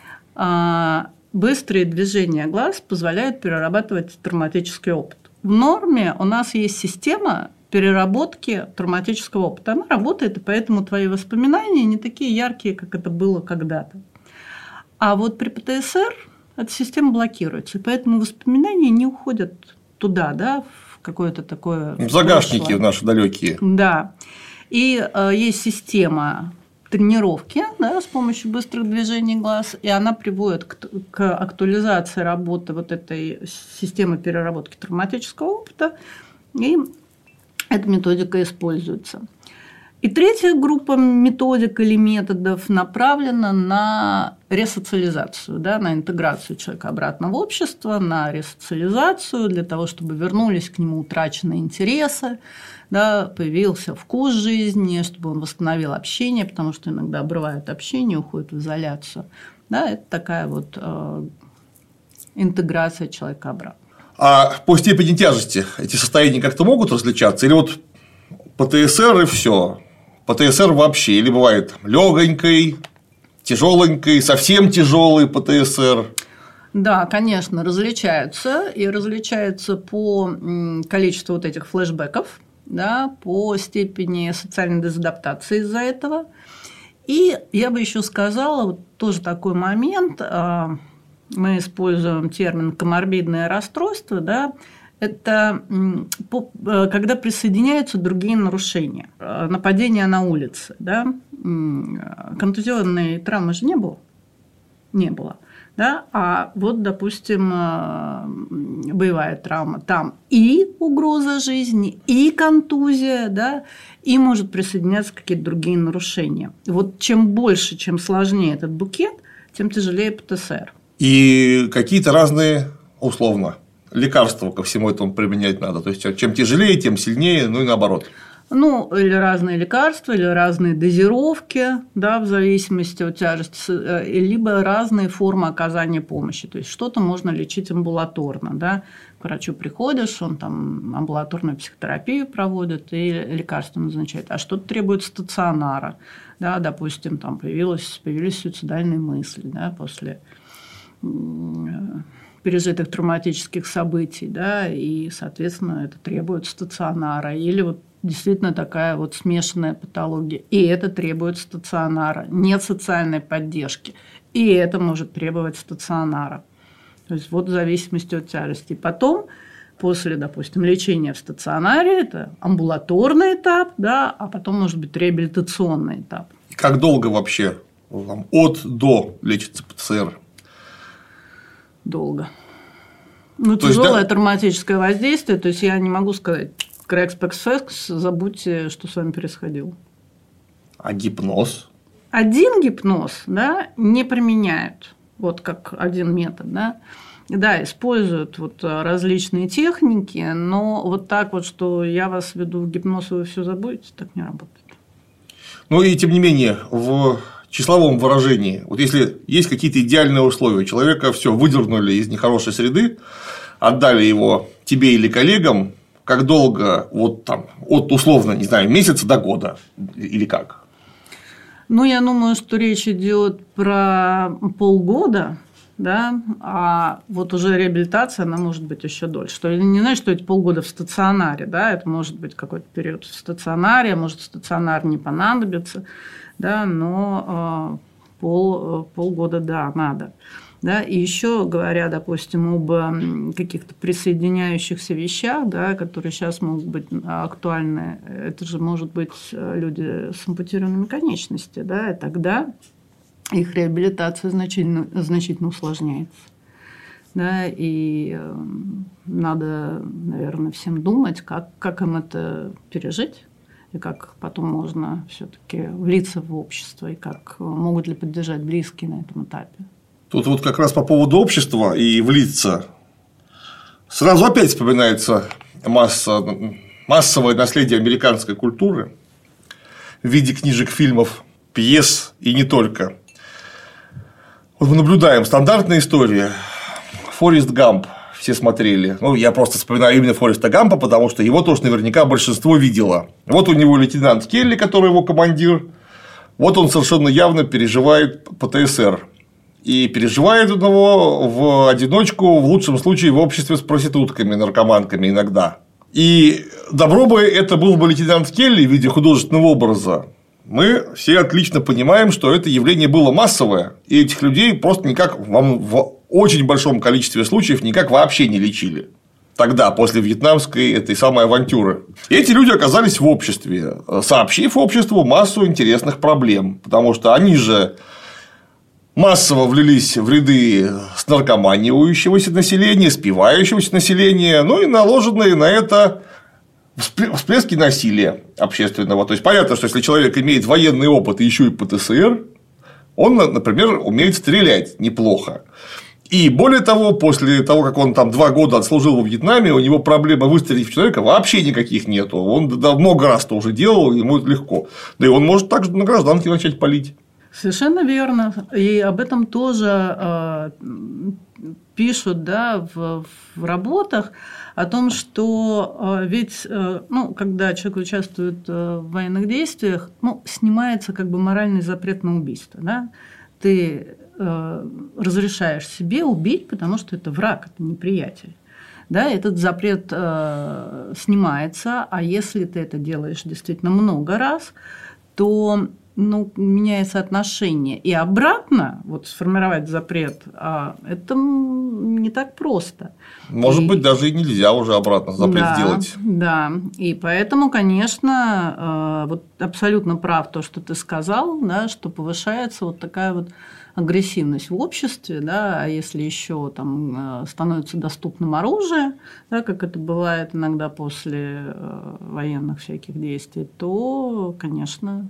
Быстрые движения глаз позволяют перерабатывать травматический опыт. В норме у нас есть система переработки травматического опыта. Она работает, и поэтому твои воспоминания не такие яркие, как это было когда-то. А вот при ПТСР эта система блокируется, и поэтому воспоминания не уходят туда, да, в какое-то такое… Загашники прошлое. Наши далекие. Да. И есть система тренировки, да, с помощью быстрых движений глаз, и она приводит к актуализации работы вот этой системы переработки травматического опыта, и эта методика используется. И третья группа методик или методов направлена на ресоциализацию, да, на интеграцию человека обратно в общество, на ресоциализацию для того, чтобы вернулись к нему утраченные интересы, да, появился вкус жизни, чтобы он восстановил общение, потому что иногда обрывают общение, уходят в изоляцию. Да, это такая вот интеграция человека обратно. А по степени тяжести эти состояния как-то могут различаться? Или вот ПТСР и все? ПТСР вообще или бывает легонькой, тяжеленькой, совсем тяжелый ПТСР? Да, конечно, различаются. И различаются по количеству вот этих флешбеков, да, по степени социальной дезадаптации из-за этого. И я бы еще сказала, вот тоже такой момент, мы используем термин коморбидное расстройство, да, это когда присоединяются другие нарушения. Нападение на улице. Да? Контузионной травмы же не было. Не было. Да? А вот, допустим, боевая травма. Там и угроза жизни, и контузия, да? И может присоединяться какие-то другие нарушения. Вот чем больше, чем сложнее этот букет, тем тяжелее ПТСР. И какие-то разные, условно, лекарства ко всему этому применять надо. То есть, чем тяжелее, тем сильнее, ну и наоборот. Ну, или разные лекарства, или разные дозировки, да, в зависимости от тяжести, либо разные формы оказания помощи. То есть что-то можно лечить амбулаторно, да. К врачу приходишь, он там амбулаторную психотерапию проводит и лекарства назначает, а что-то требует стационара, да, допустим, там появились суицидальные мысли, да, после пережитых травматических событий, да, и, соответственно, это требует стационара, или вот действительно такая вот смешанная патология, и это требует стационара, нет социальной поддержки, и это может требовать стационара. То есть вот в зависимости от тяжести. Потом, после, допустим, лечения в стационаре, это амбулаторный этап, да, а потом может быть реабилитационный этап. Как долго вообще от до лечится ПТСР? Долго. Ну, тяжелое травматическое воздействие, то есть я не могу сказать, крекс-пекс-фекс, забудьте, что с вами происходило. А гипноз? Один гипноз, да, не применяют, вот как один метод, да. Да, используют вот различные техники, но вот так вот, что я вас веду в гипноз, и вы все забудете, так не работает. Ну и тем не менее, в числовом выражении, вот если есть какие-то идеальные условия, человека все выдернули из нехорошей среды, отдали его тебе или коллегам, как долго, вот там, от условно, не знаю, месяца до года или как? Ну, я думаю, что речь идет про полгода, да, а вот уже реабилитация, она может быть еще дольше. Что не значит, что эти полгода в стационаре, да, это может быть какой-то период в стационаре, может стационар не понадобится, да, но полгода, да, надо. Да, и еще говоря, допустим, об каких-то присоединяющихся вещах, да, которые сейчас могут быть актуальны, это же может быть люди с ампутированными конечностями, да, и тогда их реабилитация значительно усложняется. Да, и надо, наверное, всем думать, как им это пережить, и как потом можно все-таки влиться в общество, и как могут ли поддержать близкие на этом этапе. Тут вот как раз по поводу общества и влиться. Сразу опять вспоминается массовое наследие американской культуры в виде книжек, фильмов, пьес и не только. Вот мы наблюдаем стандартная история. Форест Гамп все смотрели. Ну, я просто вспоминаю именно Фореста Гампа, потому что его тоже наверняка большинство видело. Вот у него лейтенант Келли, который его командир. Вот он совершенно явно переживает ПТСР. И переживает он его в одиночку, в лучшем случае в обществе с проститутками, наркоманками иногда. И добро бы это был бы лейтенант Келли в виде художественного образа. Мы все отлично понимаем, что это явление было массовое, и этих людей просто никак в очень большом количестве случаев никак вообще не лечили. Тогда, после вьетнамской этой самой авантюры. И эти люди оказались в обществе, сообщив обществу массу интересных проблем, потому что они же массово влились в ряды снаркоманивающегося населения, спивающегося населения, ну и наложенные на это всплески насилия общественного. То есть понятно, что если человек имеет военный опыт и еще и ПТСР, он, например, умеет стрелять неплохо. И более того, после того, как он там 2 года отслужил во Вьетнаме, у него проблемы выстрелить в человека вообще никаких нету. Он много раз это уже делал, ему это легко. Да и он может также на гражданке начать палить. Совершенно верно. И об этом тоже пишут, да, в работах, о том, что ведь, ну, когда человек участвует в военных действиях, ну, снимается как бы моральный запрет на убийство. Да? Ты разрешаешь себе убить, потому что это враг, это неприятель. Да, этот запрет снимается, а если ты это делаешь действительно много раз, то меняется отношение. И обратно вот, сформировать запрет это не так просто. Может быть, даже и нельзя уже обратно запрет сделать. Да, и поэтому, конечно, вот абсолютно прав то, что ты сказал, да, что повышается вот такая вот агрессивность в обществе, да, а если еще там становится доступным оружие, да, как это бывает иногда после военных всяких действий, то, конечно,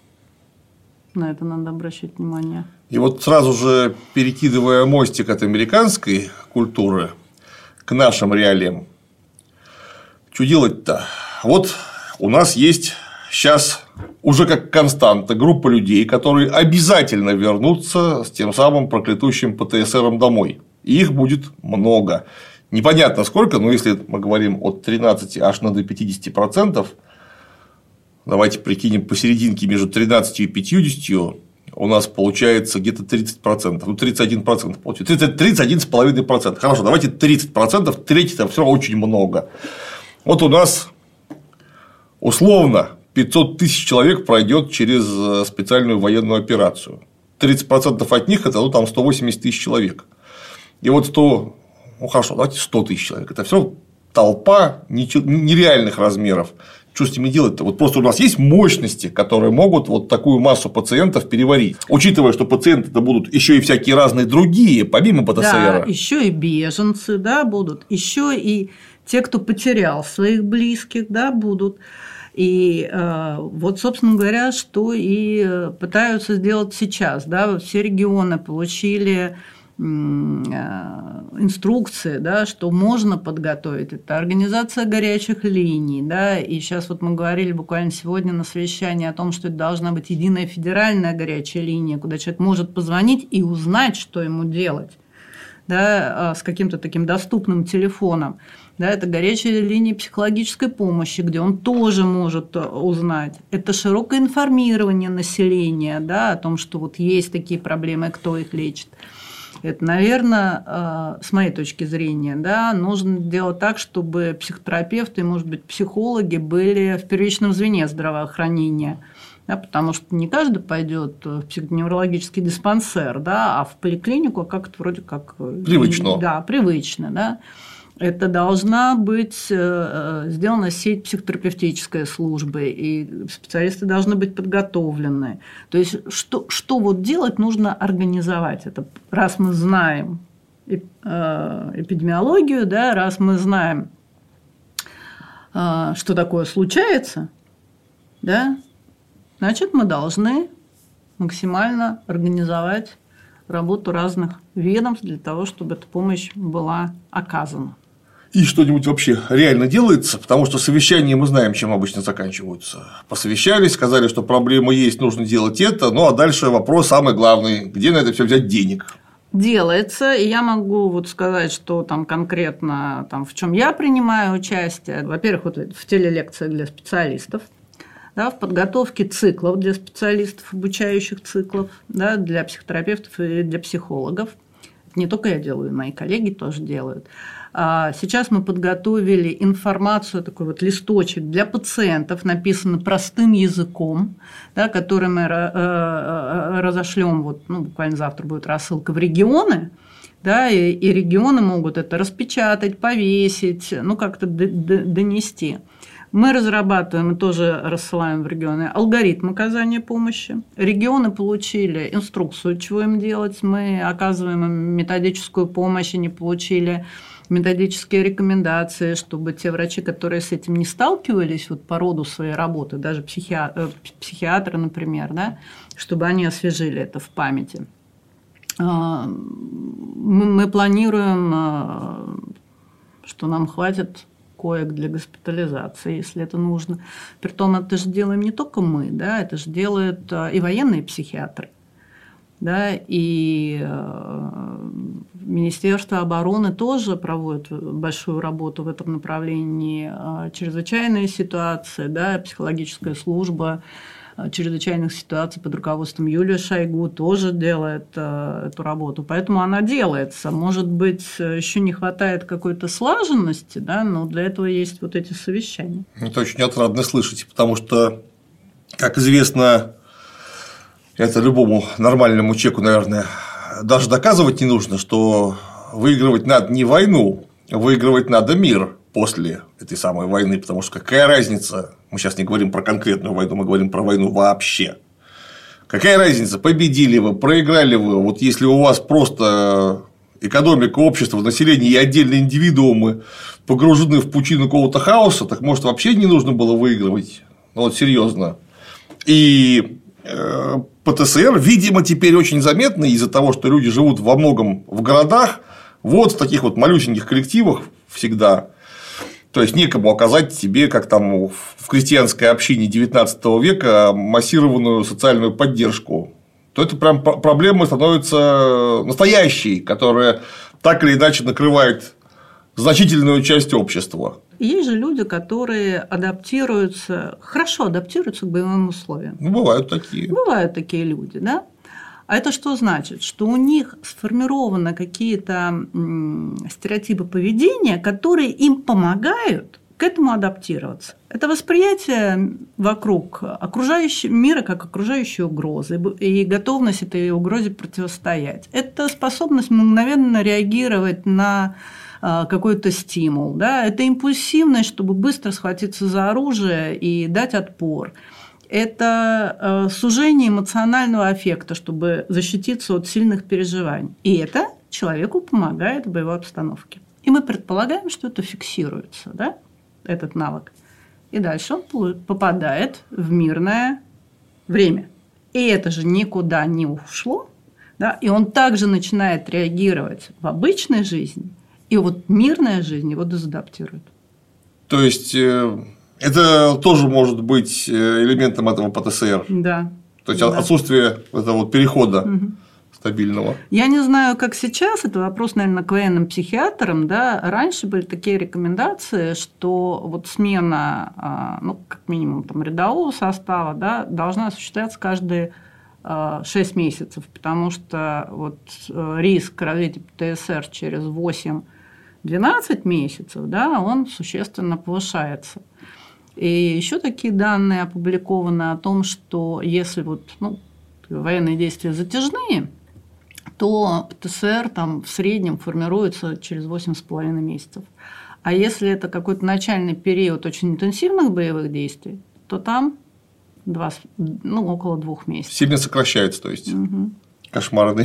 на это надо обращать внимание. И вот сразу же перекидывая мостик от американской культуры к нашим реалиям, что делать-то? Вот у нас есть сейчас уже как константа группа людей, которые обязательно вернутся с тем самым проклятущим ПТСРом домой. И их будет много. Непонятно сколько, но если мы говорим от 13 аж до 50%, давайте прикинем посерединке между 13 и 50, у нас получается где-то 30%, ну 31% получается, 31,5%. Хорошо, давайте 30%, треть это все очень много. Вот у нас условно 500 тысяч человек пройдет через специальную военную операцию. 30% от них это там 180 тысяч человек. И вот 100, ну хорошо, давайте 100 тысяч человек. Это все толпа нереальных размеров. Что с ними делать-то? Вот просто у нас есть мощности, которые могут вот такую массу пациентов переварить. Учитывая, что пациенты-то будут еще и всякие разные другие, помимо ПТСР. Да, еще и беженцы, да, будут, еще и те, кто потерял своих близких, да, будут. И вот, собственно говоря, что и пытаются сделать сейчас. Да? Все регионы получили инструкции, да, что можно подготовить. Это организация горячих линий. Да? И сейчас вот мы говорили буквально сегодня на совещании о том, что это должна быть единая федеральная горячая линия, куда человек может позвонить и узнать, что ему делать, да, с каким-то таким доступным телефоном. Да, это горячая линия психологической помощи, где он тоже может узнать. Это широкое информирование населения, да, о том, что вот есть такие проблемы, кто их лечит. Это, наверное, с моей точки зрения, да, нужно делать так, чтобы психотерапевты и, может быть, психологи были в первичном звене здравоохранения. Да, потому что не каждый пойдет в психоневрологический диспансер, да, а в поликлинику как-то вроде как… Привычно. Да, привычно, да. Это должна быть сделана сеть психотерапевтической службы, и специалисты должны быть подготовлены. То есть, что вот делать, нужно организовать. Это раз мы знаем эпидемиологию, да, раз мы знаем, что такое случается, да, значит, мы должны максимально организовать работу разных ведомств для того, чтобы эта помощь была оказана. И что-нибудь вообще реально делается, потому что совещания мы знаем, чем обычно заканчиваются. Посовещались, сказали, что проблема есть, нужно делать это, ну а дальше вопрос самый главный: где на это все взять денег? Делается, и я могу вот сказать, что там конкретно там, в чем я принимаю участие. Во-первых, вот в телелекциях для специалистов, да, в подготовке циклов для специалистов, обучающих циклов, да, для психотерапевтов и для психологов. Не только я делаю, мои коллеги тоже делают. Сейчас мы подготовили информацию, такой вот листочек для пациентов, написано простым языком, да, который мы разошлем, вот, ну, буквально завтра будет рассылка в регионы, да, и регионы могут это распечатать, повесить, ну, как-то донести. Мы разрабатываем и тоже рассылаем в регионы алгоритм оказания помощи. Регионы получили инструкцию, чего им делать. Мы оказываем им методическую помощь, они получили методические рекомендации, чтобы те врачи, которые с этим не сталкивались вот по роду своей работы, даже психиатры, например, да, чтобы они освежили это в памяти. Мы планируем, что нам хватит коек для госпитализации, если это нужно. Притом это же делаем не только мы, да, это же делают и военные психиатры, да, и Министерство обороны тоже проводит большую работу в этом направлении. Чрезвычайные ситуации, да, психологическая служба чрезвычайных ситуаций под руководством Юлии Шойгу тоже делает эту работу. Поэтому она делается. Может быть, еще не хватает какой-то слаженности, да, но для этого есть вот эти совещания. Это очень отрадно слышать, потому что, как известно, это любому нормальному человеку, наверное, даже доказывать не нужно, что выигрывать надо не войну, выигрывать надо мир после этой самой войны, потому что какая разница, мы сейчас не говорим про конкретную войну, мы говорим про войну вообще. Какая разница, победили вы, проиграли вы, вот если у вас просто экономика, общество, население и отдельные индивидуумы погружены в пучину какого-то хаоса, так может вообще не нужно было выигрывать, ну вот серьезно. И ПТСР, видимо, теперь очень заметно из-за того, что люди живут во многом в городах, вот в таких вот малюсеньких коллективах всегда. То есть некому оказать тебе, как там в крестьянской общине XIX века, массированную социальную поддержку, то это прям проблема становится настоящей, которая так или иначе накрывает значительную часть общества. Есть же люди, которые хорошо адаптируются к боевым условиям. Ну, бывают такие. Бывают такие люди, да? А это что значит? Что у них сформированы какие-то стереотипы поведения, которые им помогают к этому адаптироваться. Это восприятие вокруг мира как окружающей угрозы и готовность этой угрозе противостоять. Это способность мгновенно реагировать на какой-то стимул. Да? Это импульсивность, чтобы быстро схватиться за оружие и дать отпор. Это сужение эмоционального аффекта, чтобы защититься от сильных переживаний. И это человеку помогает в боевой обстановке. И мы предполагаем, что это фиксируется, да, этот навык. И дальше он попадает в мирное время. И это же никуда не ушло. Да? И он также начинает реагировать в обычной жизни. И вот мирная жизнь его дезадаптирует. То есть это тоже может быть элементом этого ПТСР. Да. То есть отсутствие этого перехода стабильного. Я не знаю, как сейчас, это вопрос, наверное, к военным психиатрам. Да? Раньше были такие рекомендации, что вот смена, ну, как минимум, там, рядового состава, да, должна осуществляться каждые 6 месяцев, потому что вот риск развития ПТСР через 8-12 месяцев, да, он существенно повышается. И еще такие данные опубликованы о том, что если вот, военные действия затяжные, то ПТСР там в среднем формируется через 8,5 месяцев. А если это какой-то начальный период очень интенсивных боевых действий, то там около 2 месяцев. Сильно сокращается, то есть. Кошмарные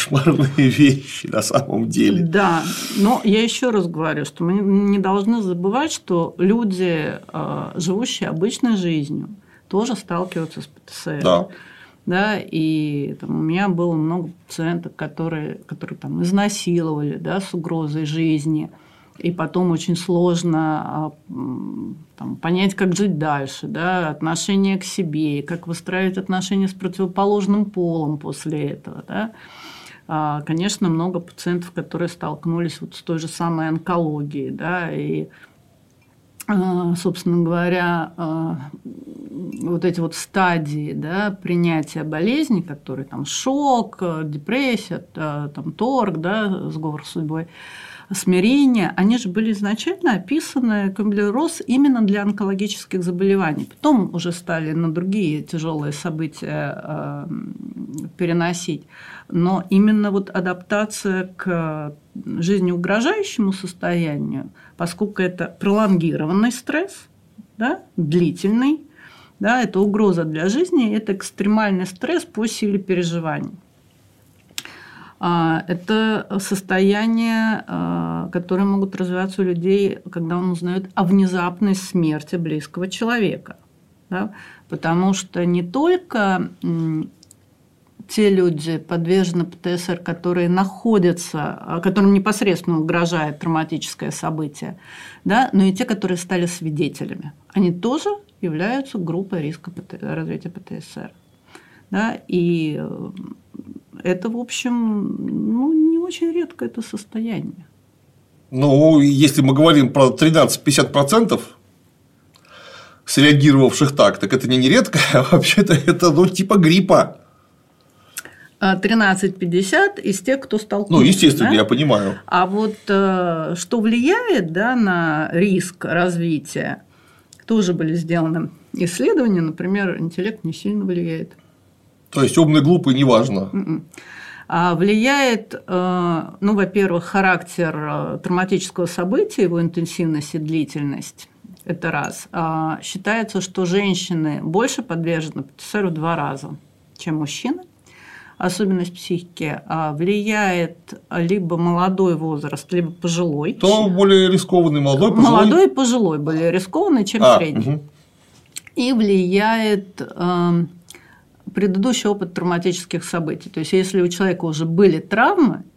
вещи на самом деле. Да, но я еще раз говорю, что мы не должны забывать, что люди, живущие обычной жизнью, тоже сталкиваются с ПТСР. Да. Да, и там, у меня было много пациентов, которые там, изнасиловали, да, с угрозой жизни, и потом очень сложно там, понять, как жить дальше, да, отношение к себе, как выстраивать отношения с противоположным полом после этого. Да. Конечно, много пациентов, которые столкнулись вот с той же самой онкологией, да, и, собственно говоря, вот эти вот стадии, да, принятия болезни, которые там шок, депрессия, там, торг, да, сговор с судьбой, смирение, они же были изначально описаны Кюблер-Росс именно для онкологических заболеваний. Потом уже стали на другие тяжелые события переносить. Но именно вот адаптация к жизнеугрожающему состоянию, поскольку это пролонгированный стресс, да, длительный, да, это угроза для жизни, это экстремальный стресс по силе переживаний. Это состояния, которые могут развиваться у людей, когда он узнает о внезапной смерти близкого человека. Да? Потому что не только те люди подвержены ПТСР, которые находятся, которым непосредственно угрожает травматическое событие, да? Но и те, которые стали свидетелями. Они тоже являются группой риска развития ПТСР. Да? И это, в общем, не очень редко это состояние. Ну, если мы говорим про 13-50% среагировавших так это не редко, а вообще-то это типа гриппа. 13-50 из тех, кто столкнулся. Естественно, да? Я понимаю. А вот что влияет, да, на риск развития, тоже были сделаны исследования, например, интеллект не сильно влияет. То есть умный, глупый, неважно. Влияет, во-первых, характер травматического события, его интенсивность и длительность. Это раз. Считается, что женщины больше подвержены ПТСР в 2 раза, чем мужчины. Особенность психики влияет либо молодой возраст, либо пожилой. Кто более рискованный, молодой, пожилой? Молодой и пожилой более рискованный, чем средний. Угу. И влияет предыдущий опыт травматических событий. То есть, если у человека уже были травмы,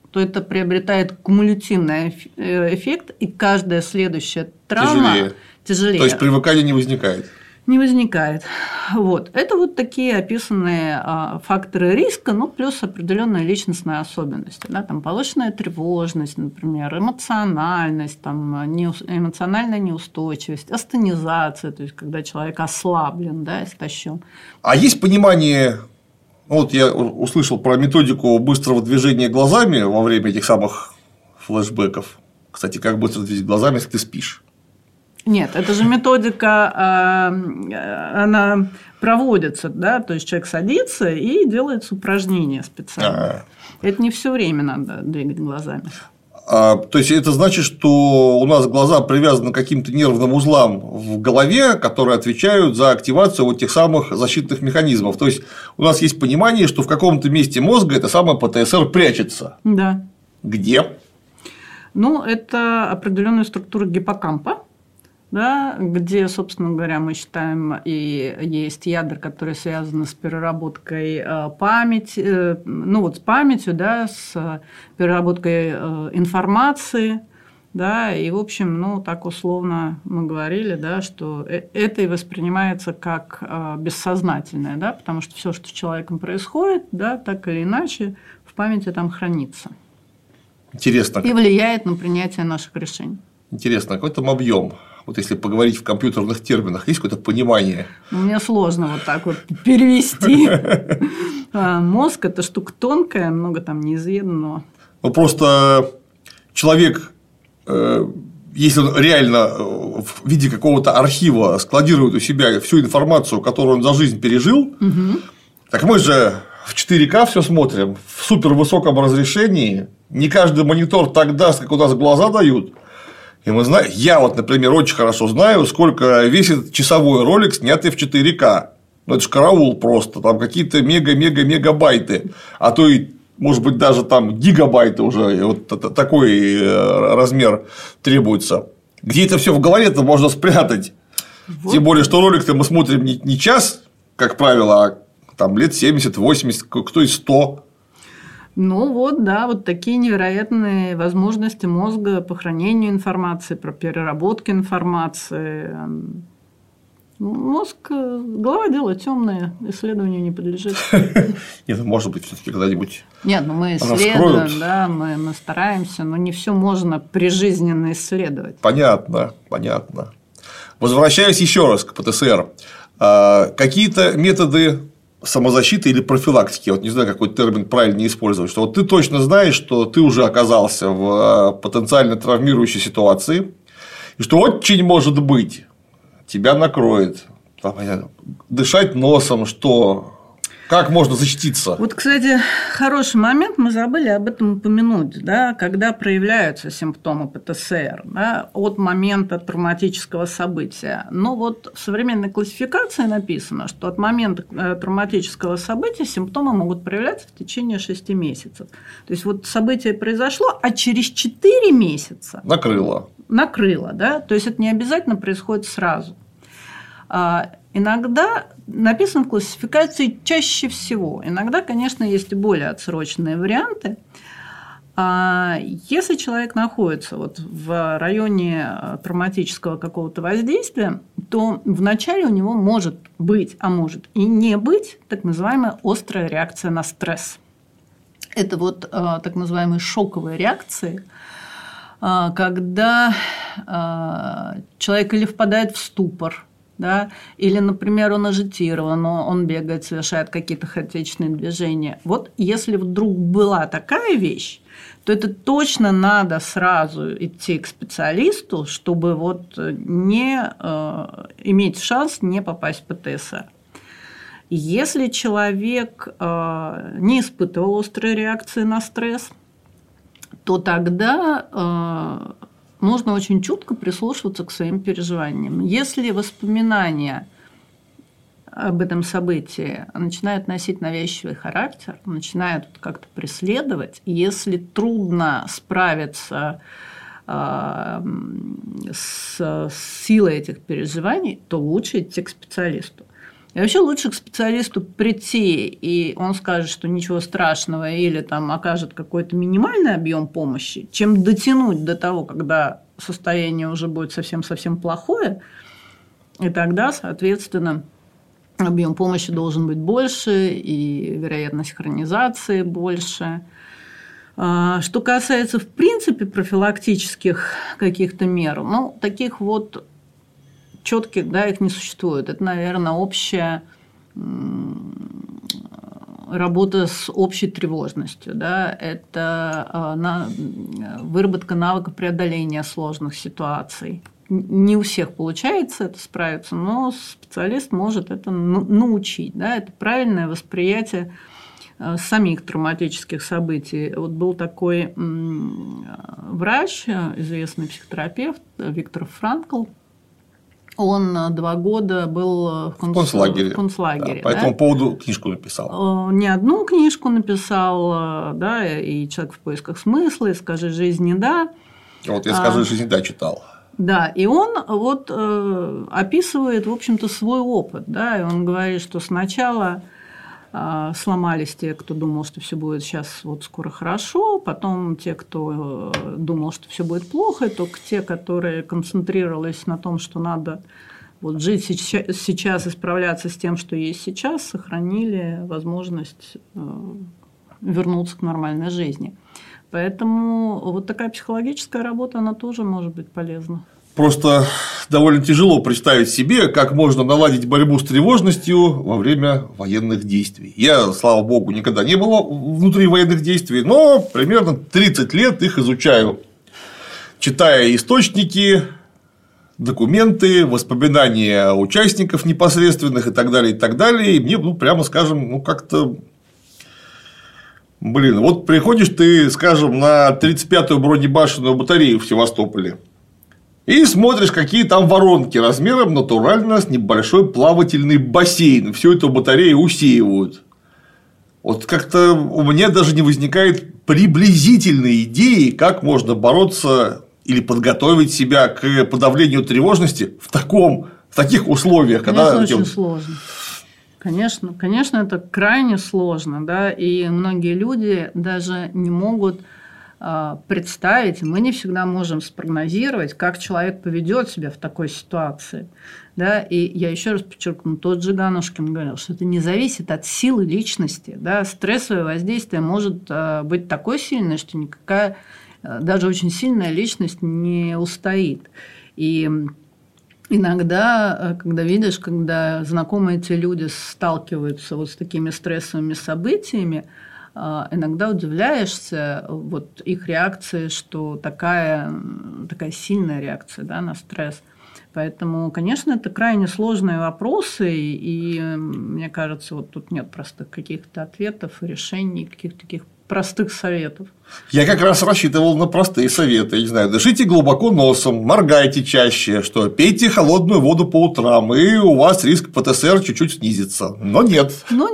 то это приобретает кумулятивный эффект, и каждая следующая травма тяжелее. То есть привыкания не возникает. Не возникает. Вот. Это вот такие описанные факторы риска, ну, плюс определенные личностные особенности. Да, там повышенная тревожность, например, эмоциональность, там, эмоциональная неустойчивость, астенизация, то есть когда человек ослаблен, да, истощен. А есть понимание, вот я услышал про методику быстрого движения глазами во время этих самых флешбеков. Кстати, как быстро двигать глазами, если ты спишь? Нет, это же методика, она проводится, да, то есть человек садится и делается упражнение специально. Это не все время надо двигать глазами. То есть это значит, что у нас глаза привязаны к каким-то нервным узлам в голове, которые отвечают за активацию вот тех самых защитных механизмов. То есть у нас есть понимание, что в каком-то месте мозга это самое ПТСР прячется. Да. Где? Ну, это определенная структура гиппокампа. Да, где, собственно говоря, мы считаем, и есть ядра, которые связаны с переработкой памяти, ну вот с памятью, да, с переработкой информации, да, и, в общем, ну, так условно мы говорили, да, что это и воспринимается как бессознательное, да, потому что все, что с человеком происходит, да, так или иначе в памяти там хранится. Интересно. И влияет на принятие наших решений. Интересно, какой там объем? Вот если поговорить в компьютерных терминах, есть какое-то понимание? Мне сложно вот так вот перевести. Мозг – это штука тонкая, много там неизведанного. Ну, просто человек, если он реально в виде какого-то архива складирует у себя всю информацию, которую он за жизнь пережил, так мы же в 4К все смотрим, в супервысоком разрешении, не каждый монитор так даст, как у нас глаза дают. И мы знаем, я вот, например, очень хорошо знаю, сколько весит часовой ролик, снятый в 4К. Ну, это же караул просто, там какие-то мегабайты, а то и, может быть, даже там гигабайты уже, вот такой размер требуется. Где это все в голове-то можно спрятать? Вот. Тем более, что ролик-то мы смотрим не час, как правило, а там лет 70-80, кто и 100. Ну вот, да, вот такие невероятные возможности мозга по хранению информации, про переработку информации. Мозг, голова дело темное, исследованию не подлежит. Нет, может быть, все-таки когда-нибудь. Нет, ну мы исследуем, да, мы стараемся, но не все можно прижизненно исследовать. Понятно. Возвращаясь еще раз к ПТСР. Какие-то методы самозащиты или профилактики, вот не знаю, какой термин правильно использовать, что вот ты точно знаешь, что ты уже оказался в потенциально травмирующей ситуации, и что очень может быть тебя накроет, там, дышать носом, что, как можно защититься? Вот, кстати, хороший момент, мы забыли об этом упомянуть, да, когда проявляются симптомы ПТСР, да, от момента травматического события. Но вот в современной классификации написано, что от момента травматического события симптомы могут проявляться в течение 6 месяцев. То есть вот событие произошло, а через 4 месяца накрыло, да, то есть это не обязательно происходит сразу. Иногда написано в классификации чаще всего. Иногда, конечно, есть и более отсроченные варианты. Если человек находится вот в районе травматического какого-то воздействия, то вначале у него может быть, а может и не быть, так называемая острая реакция на стресс. Это вот так называемые шоковые реакции, когда человек или впадает в ступор, да, или, например, он ажитирован, он бегает, совершает какие-то хаотичные движения. Вот если вдруг была такая вещь, то это точно надо сразу идти к специалисту, чтобы вот не иметь шанс не попасть в ПТСР. Если человек не испытывал острой реакции на стресс, то тогда нужно очень чутко прислушиваться к своим переживаниям. Если воспоминания об этом событии начинают носить навязчивый характер, начинают как-то преследовать, если трудно справиться с силой этих переживаний, то лучше идти к специалисту. И вообще лучше к специалисту прийти, и он скажет, что ничего страшного, или там окажет какой-то минимальный объем помощи, чем дотянуть до того, когда состояние уже будет совсем-совсем плохое, и тогда, соответственно, объем помощи должен быть больше, и вероятность хронизации больше. Что касается, в принципе, профилактических каких-то мер, ну, таких вот четких, да, их не существует. Это, наверное, общая работа с общей тревожностью, да, это выработка навыка преодоления сложных ситуаций. Не у всех получается это справиться, но специалист может это научить. Да, это правильное восприятие самих травматических событий. Вот был такой врач, известный психотерапевт Виктор Франкл. Он 2 года был в концлагере. Да, по этому поводу книжку написал. Не одну книжку написал, да, и «Человек в поисках смысла», и «Скажи жизни да». Вот я «Скажи жизни да» читал. Да, и он вот описывает, в общем-то, свой опыт. Да, и он говорит, что сначала сломались те, кто думал, что все будет сейчас вот скоро хорошо, потом те, кто думал, что все будет плохо, и только те, которые концентрировались на том, что надо вот жить сейчас и справляться с тем, что есть сейчас, сохранили возможность вернуться к нормальной жизни. Поэтому вот такая психологическая работа, она тоже может быть полезна. Просто довольно тяжело представить себе, как можно наладить борьбу с тревожностью во время военных действий. Я, слава богу, никогда не был внутри военных действий, но примерно 30 лет их изучаю, читая источники, документы, воспоминания участников непосредственных и так далее, и так далее. И мне, прямо скажем, как-то… вот приходишь ты, скажем, на 35-ю бронебашенную батарею в Севастополе и смотришь, какие там воронки размером натурально с небольшой плавательный бассейн. Всю эту батарею усеивают. Вот как-то у меня даже не возникает приблизительной идеи, как можно бороться или подготовить себя к подавлению тревожности в таких условиях. Конечно, очень сложно. Конечно, это крайне сложно, да, и многие люди даже не могут представить, мы не всегда можем спрогнозировать, как человек поведет себя в такой ситуации. Да? И я еще раз подчеркну, тот же Ганушкин говорил, что это не зависит от силы личности. Да? Стрессовое воздействие может быть такой сильной, что никакая, даже очень сильная личность не устоит. И иногда, когда видишь, когда знакомые эти люди сталкиваются вот с такими стрессовыми событиями, иногда удивляешься вот их реакции, что такая сильная реакция, да, на стресс. Поэтому, конечно, это крайне сложные вопросы, и мне кажется, вот тут нет простых каких-то ответов, решений, каких-то таких простых советов. Я как раз рассчитывал на простые советы. Я не знаю, дышите глубоко носом, моргайте чаще, что пейте холодную воду по утрам, и у вас риск ПТСР чуть-чуть снизится. Но нет.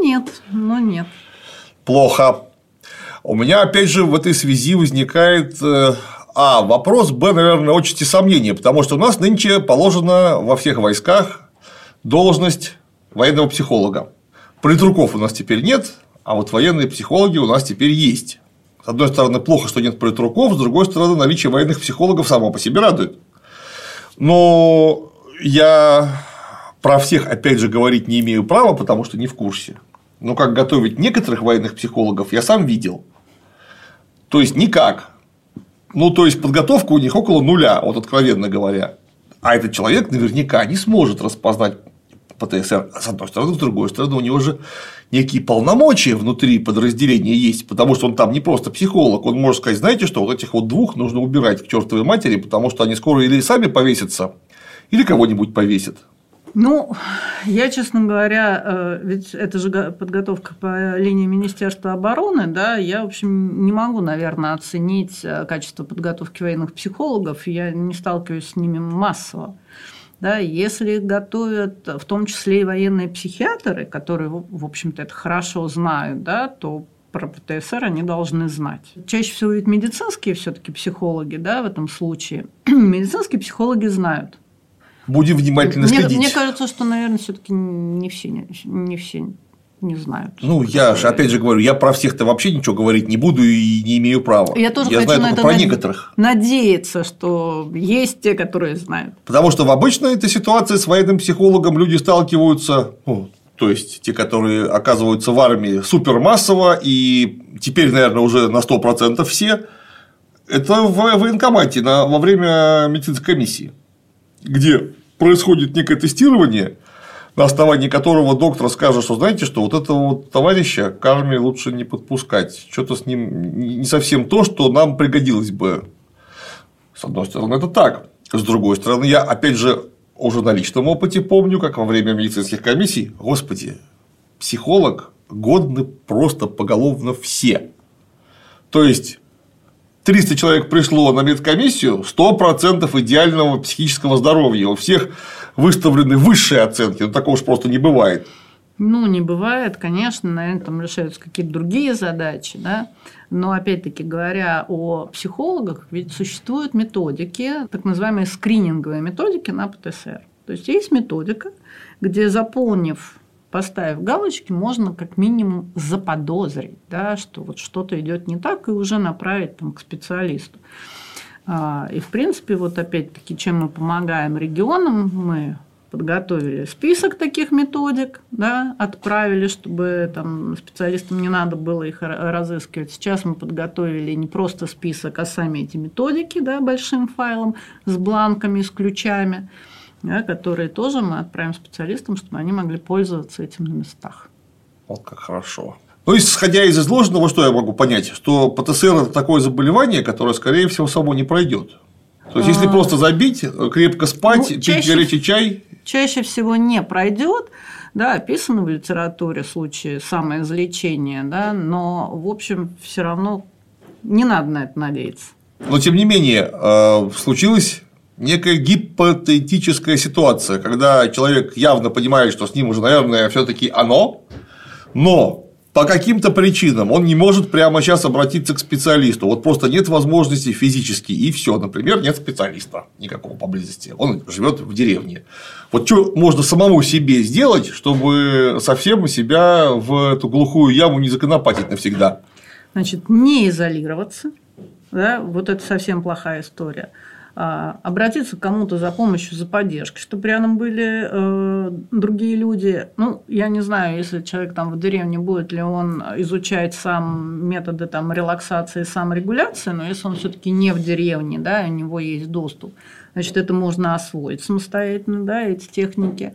Плохо. У меня, опять же, в этой связи возникает вопрос, наверное, отчасти сомнения, потому что у нас нынче положена во всех войсках должность военного психолога. Политруков у нас теперь нет, а вот военные психологи у нас теперь есть. С одной стороны, плохо, что нет политруков, с другой стороны, наличие военных психологов само по себе радует. Но я про всех, опять же, говорить не имею права, потому что не в курсе. Но как готовить некоторых военных психологов, я сам видел. То есть никак. То есть подготовка у них около нуля, вот откровенно говоря. А этот человек наверняка не сможет распознать ПТСР с одной стороны, с другой стороны, у него же некие полномочия внутри подразделения есть, потому что он там не просто психолог, он может сказать, знаете что, вот этих вот двух нужно убирать к чертовой матери, потому что они скоро или сами повесятся, или кого-нибудь повесят. Я, честно говоря, ведь это же подготовка по линии Министерства обороны, да, я, в общем, не могу, наверное, оценить качество подготовки военных психологов, я не сталкиваюсь с ними массово. Да, если их готовят, в том числе и военные психиатры, которые, в общем-то, это хорошо знают, да, то про ПТСР они должны знать. Чаще всего ведь медицинские все-таки психологи, да, в этом случае. Медицинские психологи знают будем внимательно следить. Мне кажется, что, наверное, все-таки не все не знают. Ну, я же, опять же говорю, я про всех-то вообще ничего говорить не буду и не имею права. Я тоже знаю хочу только про некоторых. Надеяться, что есть те, которые знают. Потому что в обычной этой ситуации с военным психологом люди сталкиваются, то есть те, которые оказываются в армии супермассово, и теперь, наверное, уже на 100% все, это в военкомате во время медицинской комиссии, где происходит некое тестирование, на основании которого доктор скажет, что знаете, что вот этого вот товарища к армии лучше не подпускать, что-то с ним не совсем то, что нам пригодилось бы. С одной стороны, это так. С другой стороны, я, опять же, уже на личном опыте помню, как во время медицинских комиссий, господи, психолог годны просто поголовно все. То есть 300 человек пришло на медкомиссию, 100% идеального психического здоровья. У всех выставлены высшие оценки, но такого уж просто не бывает. Ну, не бывает, конечно, наверное, там решаются какие-то другие задачи, да. Но, опять-таки, говоря о психологах, ведь существуют методики, так называемые скрининговые методики на ПТСР. То есть есть методика, где, поставив галочки, можно как минимум заподозрить, да, что вот что-то идет не так, и уже направить там, к специалисту. И, в принципе, вот опять-таки, чем мы помогаем регионам, мы подготовили список таких методик, да, отправили, чтобы там, специалистам не надо было их разыскивать. Сейчас мы подготовили не просто список, а сами эти методики, да, большим файлом с бланками, с ключами, да, которые тоже мы отправим специалистам, чтобы они могли пользоваться этим на местах. Вот как хорошо. Ну, исходя из изложенного, что я могу понять? Что ПТСР – это такое заболевание, которое, скорее всего, само не пройдет. То есть, если просто забить, крепко спать, пить горячий чай. Чаще всего не пройдет. Да, описаны в литературе случаи самоизлечения, да, но, в общем, все равно не надо на это надеяться. Но, тем не менее, случилась некая гипотетическая ситуация, когда человек явно понимает, что с ним уже, наверное, все-таки оно, но по каким-то причинам он не может прямо сейчас обратиться к специалисту. Вот просто нет возможности физически, и все. Например, нет специалиста никакого поблизости. Он живет в деревне. Вот что можно самому себе сделать, чтобы совсем себя в эту глухую яму не законопатить навсегда? Значит, не изолироваться. Да, вот это совсем плохая история. Обратиться к кому-то за помощью, за поддержкой, чтобы рядом были другие люди. Ну, я не знаю, если человек там в деревне, будет ли он изучать сам методы там, релаксации и саморегуляции, но если он все-таки не в деревне, да, у него есть доступ, значит, это можно освоить самостоятельно, да, эти техники,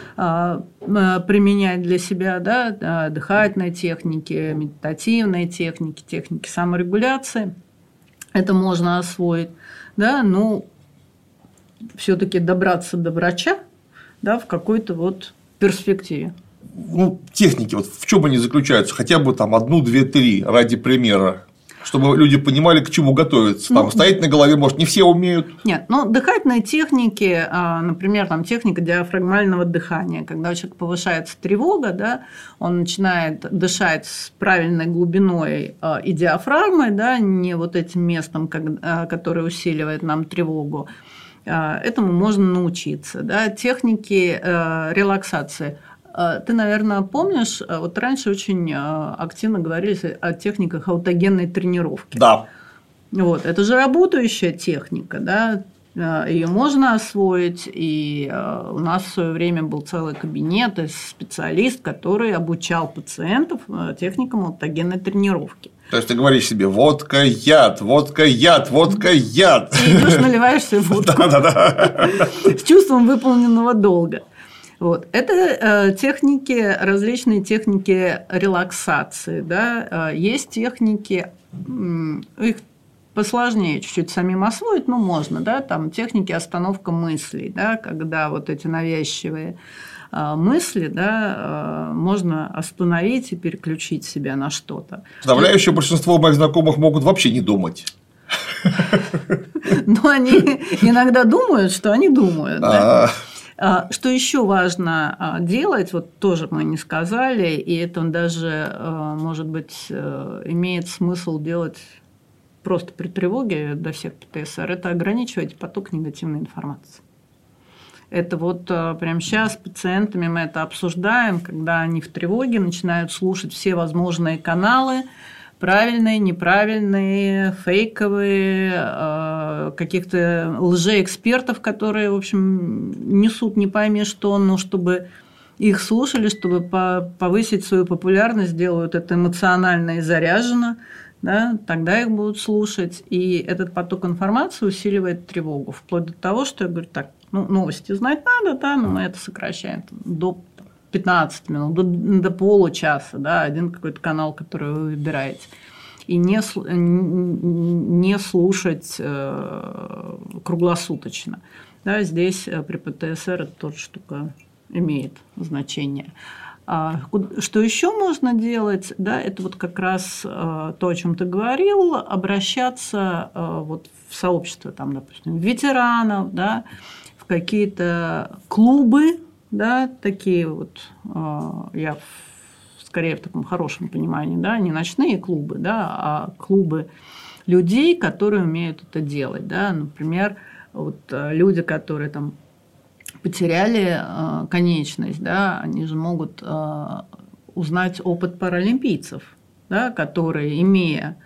применять для себя, да, дыхательные техники, медитативные техники, техники саморегуляции. Это можно освоить. Да, ну, все-таки добраться до врача, да, в какой-то вот перспективе. Ну, техники, вот в чем они заключаются? Хотя бы там 1, 2, 3 ради примера, чтобы люди понимали, к чему готовиться. Там стоять на голове, может, не все умеют. Нет, ну, дыхательные техники, например, там техника диафрагмального дыхания, когда у человека повышается тревога, да, он начинает дышать с правильной глубиной и диафрагмой, да, не вот этим местом, которое усиливает нам тревогу. Этому можно научиться. Да. Техники релаксации. Ты, наверное, помнишь, вот раньше очень активно говорили о техниках аутогенной тренировки. Да. Вот, это же работающая техника, да, ее можно освоить, и у нас в свое время был целый кабинет и специалист, который обучал пациентов техникам аутогенной тренировки. То есть ты говоришь себе: водка, яд, водка, яд, водка, яд. И идешь, наливаешь себе водку. Да. С чувством выполненного долга. Вот. Это техники, различные техники релаксации. Да? Есть техники, их посложнее чуть-чуть самим освоить, но можно. Да? Там техники остановка мыслей, да? Когда вот эти навязчивые мысли, да, можно остановить и переключить себя на что-то. Подавляющее большинство моих знакомых могут вообще не думать. Но они иногда думают, что они думают. Да? Что еще важно делать, вот тоже мы не сказали, и это даже, может быть, имеет смысл делать просто при тревоге до всех ПТСР, это ограничивать поток негативной информации. Это вот прямо сейчас с пациентами мы это обсуждаем, когда они в тревоге начинают слушать все возможные каналы, правильные, неправильные, фейковые, каких-то лжеэкспертов, которые, в общем, несут не пойми что, но чтобы их слушали, чтобы повысить свою популярность, делают это эмоционально и заряженно, да, тогда их будут слушать. И этот поток информации усиливает тревогу, вплоть до того, что я говорю, так, новости знать надо, да, но мы это сокращаем до 15 минут, до получаса, да, один какой-то канал, который вы выбираете. И не слушать круглосуточно. Да, здесь при ПТСР это тоже штука имеет значение. Что еще можно делать, да, это вот как раз то, о чем ты говорил, обращаться вот в сообщество, там, допустим, ветеранов, да, в какие-то клубы, да, такие вот, я скорее в таком хорошем понимании, да, не ночные клубы, да, а клубы людей, которые умеют это делать, да, например, вот люди, которые там потеряли конечность, да, они же могут узнать опыт паралимпийцев, да, которые, имея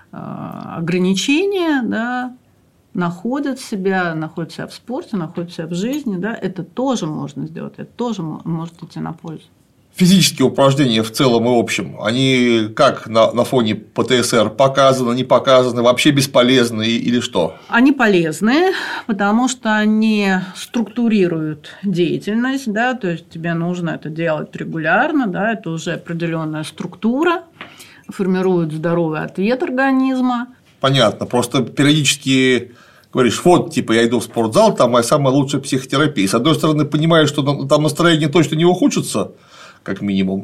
ограничения, да, находят себя в спорте, находят себя в жизни, да, это тоже можно сделать, это тоже может идти на пользу. Физические упражнения в целом и общем, они как на фоне ПТСР показаны, не показаны, вообще бесполезны или что? Они полезны, потому что они структурируют деятельность, да, то есть тебе нужно это делать регулярно, да, это уже определенная структура, формирует здоровый ответ организма. Понятно, просто периодически говоришь, вот, типа, я иду в спортзал, там моя самая лучшая психотерапия. С одной стороны, понимаешь, что там настроение точно не ухудшится, как минимум.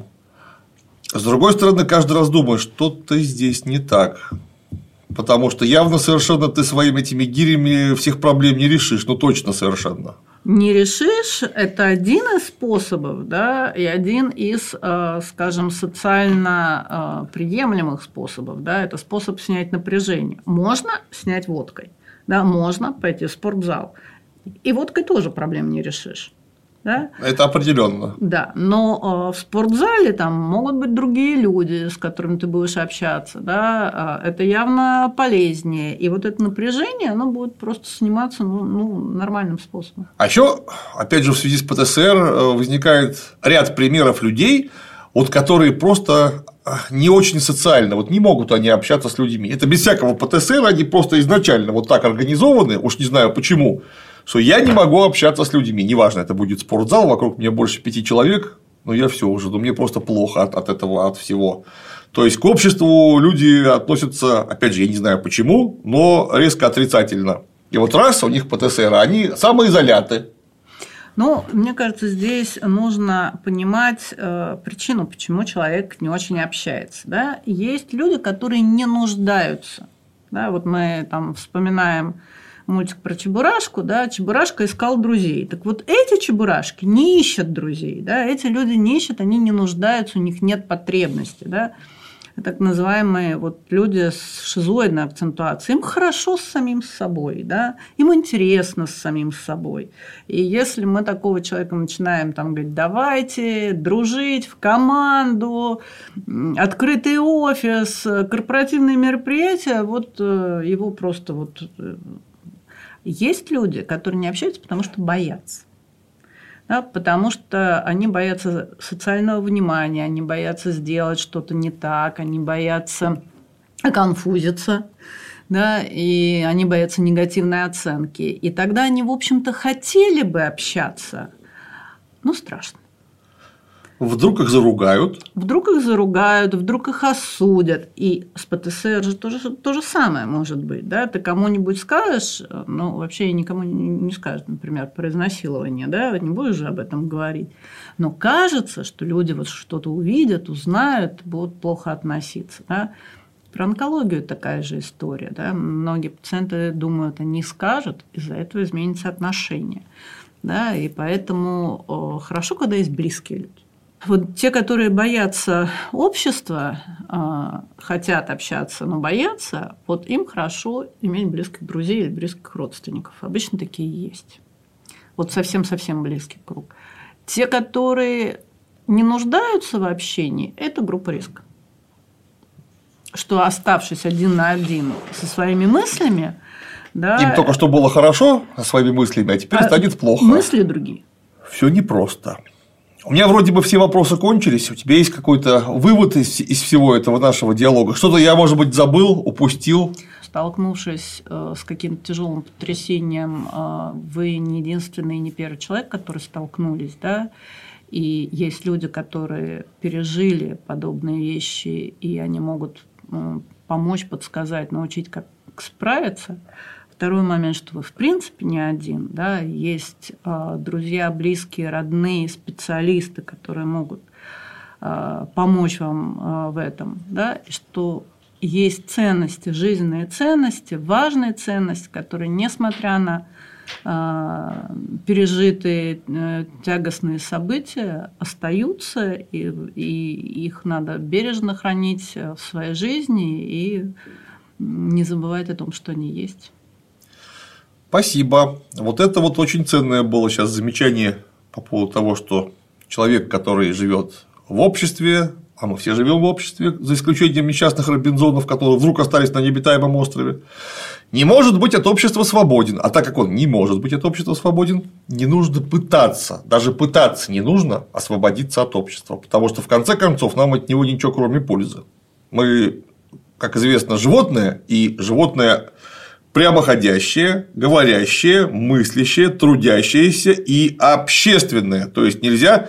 С другой стороны, каждый раз думаешь, что-то здесь не так. Потому что явно совершенно ты своими этими гирями всех проблем не решишь, ну точно совершенно. Не решишь – это один из способов, да, и один из, скажем, социально приемлемых способов, да, это способ снять напряжение. Можно снять водкой, да, можно пойти в спортзал, и водкой тоже проблем не решишь. Да? Это определенно. Да, но в спортзале там могут быть другие люди, с которыми ты будешь общаться, да, это явно полезнее, и вот это напряжение, оно будет просто сниматься нормальным способом. А еще, опять же, в связи с ПТСР возникает ряд примеров людей, вот которые просто не очень социально, вот не могут они общаться с людьми. Это без всякого ПТСР, они просто изначально вот так организованы, уж не знаю почему, что я не могу общаться с людьми. Неважно, это будет спортзал, вокруг меня больше 5 человек, но я все уже, мне просто плохо от этого, от всего. То есть к обществу люди относятся, опять же, я не знаю почему, но резко отрицательно. И вот раз у них ПТСР, они самоизоляты. Ну, мне кажется, здесь нужно понимать причину, почему человек не очень общается. Да? Есть люди, которые не нуждаются. Да? Вот мы там вспоминаем мультик про Чебурашку, да, Чебурашка искал друзей. Так вот, эти Чебурашки не ищут друзей, да, эти люди не ищут, они не нуждаются, у них нет потребности, да. Так называемые вот люди с шизоидной акцентуацией, им хорошо с самим собой, да, им интересно с самим собой. И если мы такого человека начинаем там говорить, давайте дружить в команду, открытый офис, корпоративные мероприятия, вот его просто вот... Есть люди, которые не общаются, потому что боятся. Да, потому что они боятся социального внимания, они боятся сделать что-то не так, они боятся оконфузиться, да, и они боятся негативной оценки. И тогда они, в общем-то, хотели бы общаться, но страшно. Вдруг их заругают. Вдруг их осудят. И с ПТСР же то же самое может быть. Да? Ты кому-нибудь скажешь, ну, вообще никому не скажешь, например, про изнасилование, да? Не будешь же об этом говорить. Но кажется, что люди вот что-то увидят, узнают, будут плохо относиться. Да? Про онкологию такая же история. Да? Многие пациенты думают, они скажут, из-за этого изменится отношение. Да? И поэтому хорошо, когда есть близкие люди. Вот те, которые боятся общества, хотят общаться, но боятся, вот им хорошо иметь близких друзей или близких родственников. Обычно такие есть. Вот совсем-совсем близкий круг. Те, которые не нуждаются в общении, это группа риска. Что, оставшись один на один со своими мыслями, да, им только что было хорошо со своими мыслями, а теперь станет плохо. Мысли другие. Все непросто. У меня вроде бы все вопросы кончились. У тебя есть какой-то вывод из всего этого нашего диалога? Что-то я, может быть, забыл, упустил? Столкнувшись с каким-то тяжелым потрясением, вы не единственный и не первый человек, который столкнулись, да? И есть люди, которые пережили подобные вещи, и они могут помочь, подсказать, научить, как справиться. Второй момент, что вы в принципе не один, да, есть друзья, близкие, родные, специалисты, которые могут помочь вам в этом, да, и что есть ценности, жизненные ценности, важные ценности, которые, несмотря на пережитые тягостные события, остаются, и их надо бережно хранить в своей жизни и не забывать о том, что они есть. Спасибо. Вот это вот очень ценное было сейчас замечание по поводу того, что человек, который живет в обществе, а мы все живем в обществе, за исключением несчастных Робинзонов, которые вдруг остались на необитаемом острове, не может быть от общества свободен. А так как он не может быть от общества свободен, не нужно пытаться, даже пытаться не нужно освободиться от общества, потому что в конце концов нам от него ничего кроме пользы. Мы, как известно, животное, и животное прямоходящее, говорящее, мыслящее, трудящееся и общественное. То есть нельзя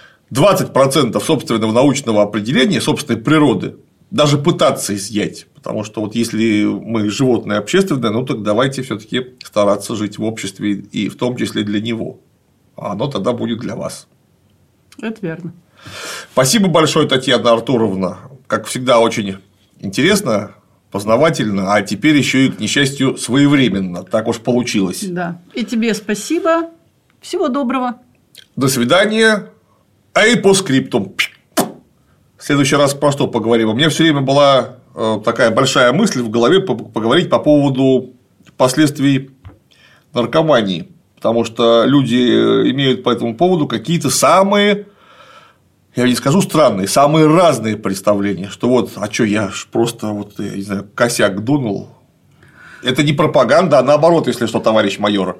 20% собственного научного определения, собственной природы даже пытаться изъять. Потому что вот если мы животное общественное, ну так давайте все-таки стараться жить в обществе и в том числе для него. А оно тогда будет для вас. Это верно. Спасибо большое, Татьяна Артуровна. Как всегда, очень интересно, познавательно, а теперь еще и, к несчастью, своевременно. Так уж получилось. Да. И тебе спасибо. Всего доброго. До свидания. А и по скриптум. В следующий раз про что поговорим? У меня все время была такая большая мысль в голове поговорить по поводу последствий наркомании. Потому что люди имеют по этому поводу какие-то самые, я не скажу странные, самые разные представления. Что вот, а что я ж просто вот, я не знаю, косяк дунул. Это не пропаганда, а наоборот, если что, товарищ майор.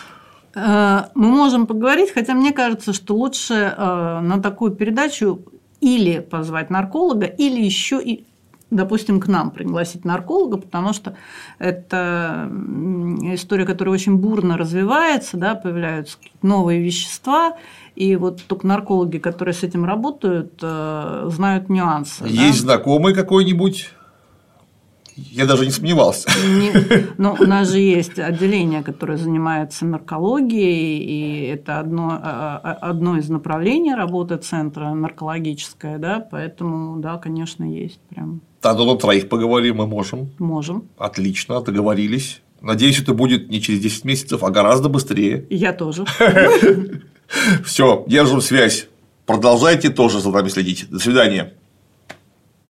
Мы можем поговорить, хотя мне кажется, что лучше на такую передачу или позвать нарколога, или еще и, допустим, к нам пригласить нарколога, потому что это история, которая очень бурно развивается, да, появляются новые вещества, и вот только наркологи, которые с этим работают, знают нюансы. Есть знакомый какой-нибудь? Я даже не сомневался. Но у нас же есть отделение, которое занимается наркологией, и это одно из направлений работы центра наркологическое, да, поэтому, да, конечно, есть прям. Тогда на троих поговорим мы можем. Можем. Отлично, договорились. Надеюсь, это будет не через 10 месяцев, а гораздо быстрее. Я тоже. Все, держим связь. Продолжайте тоже за нами следить. До свидания.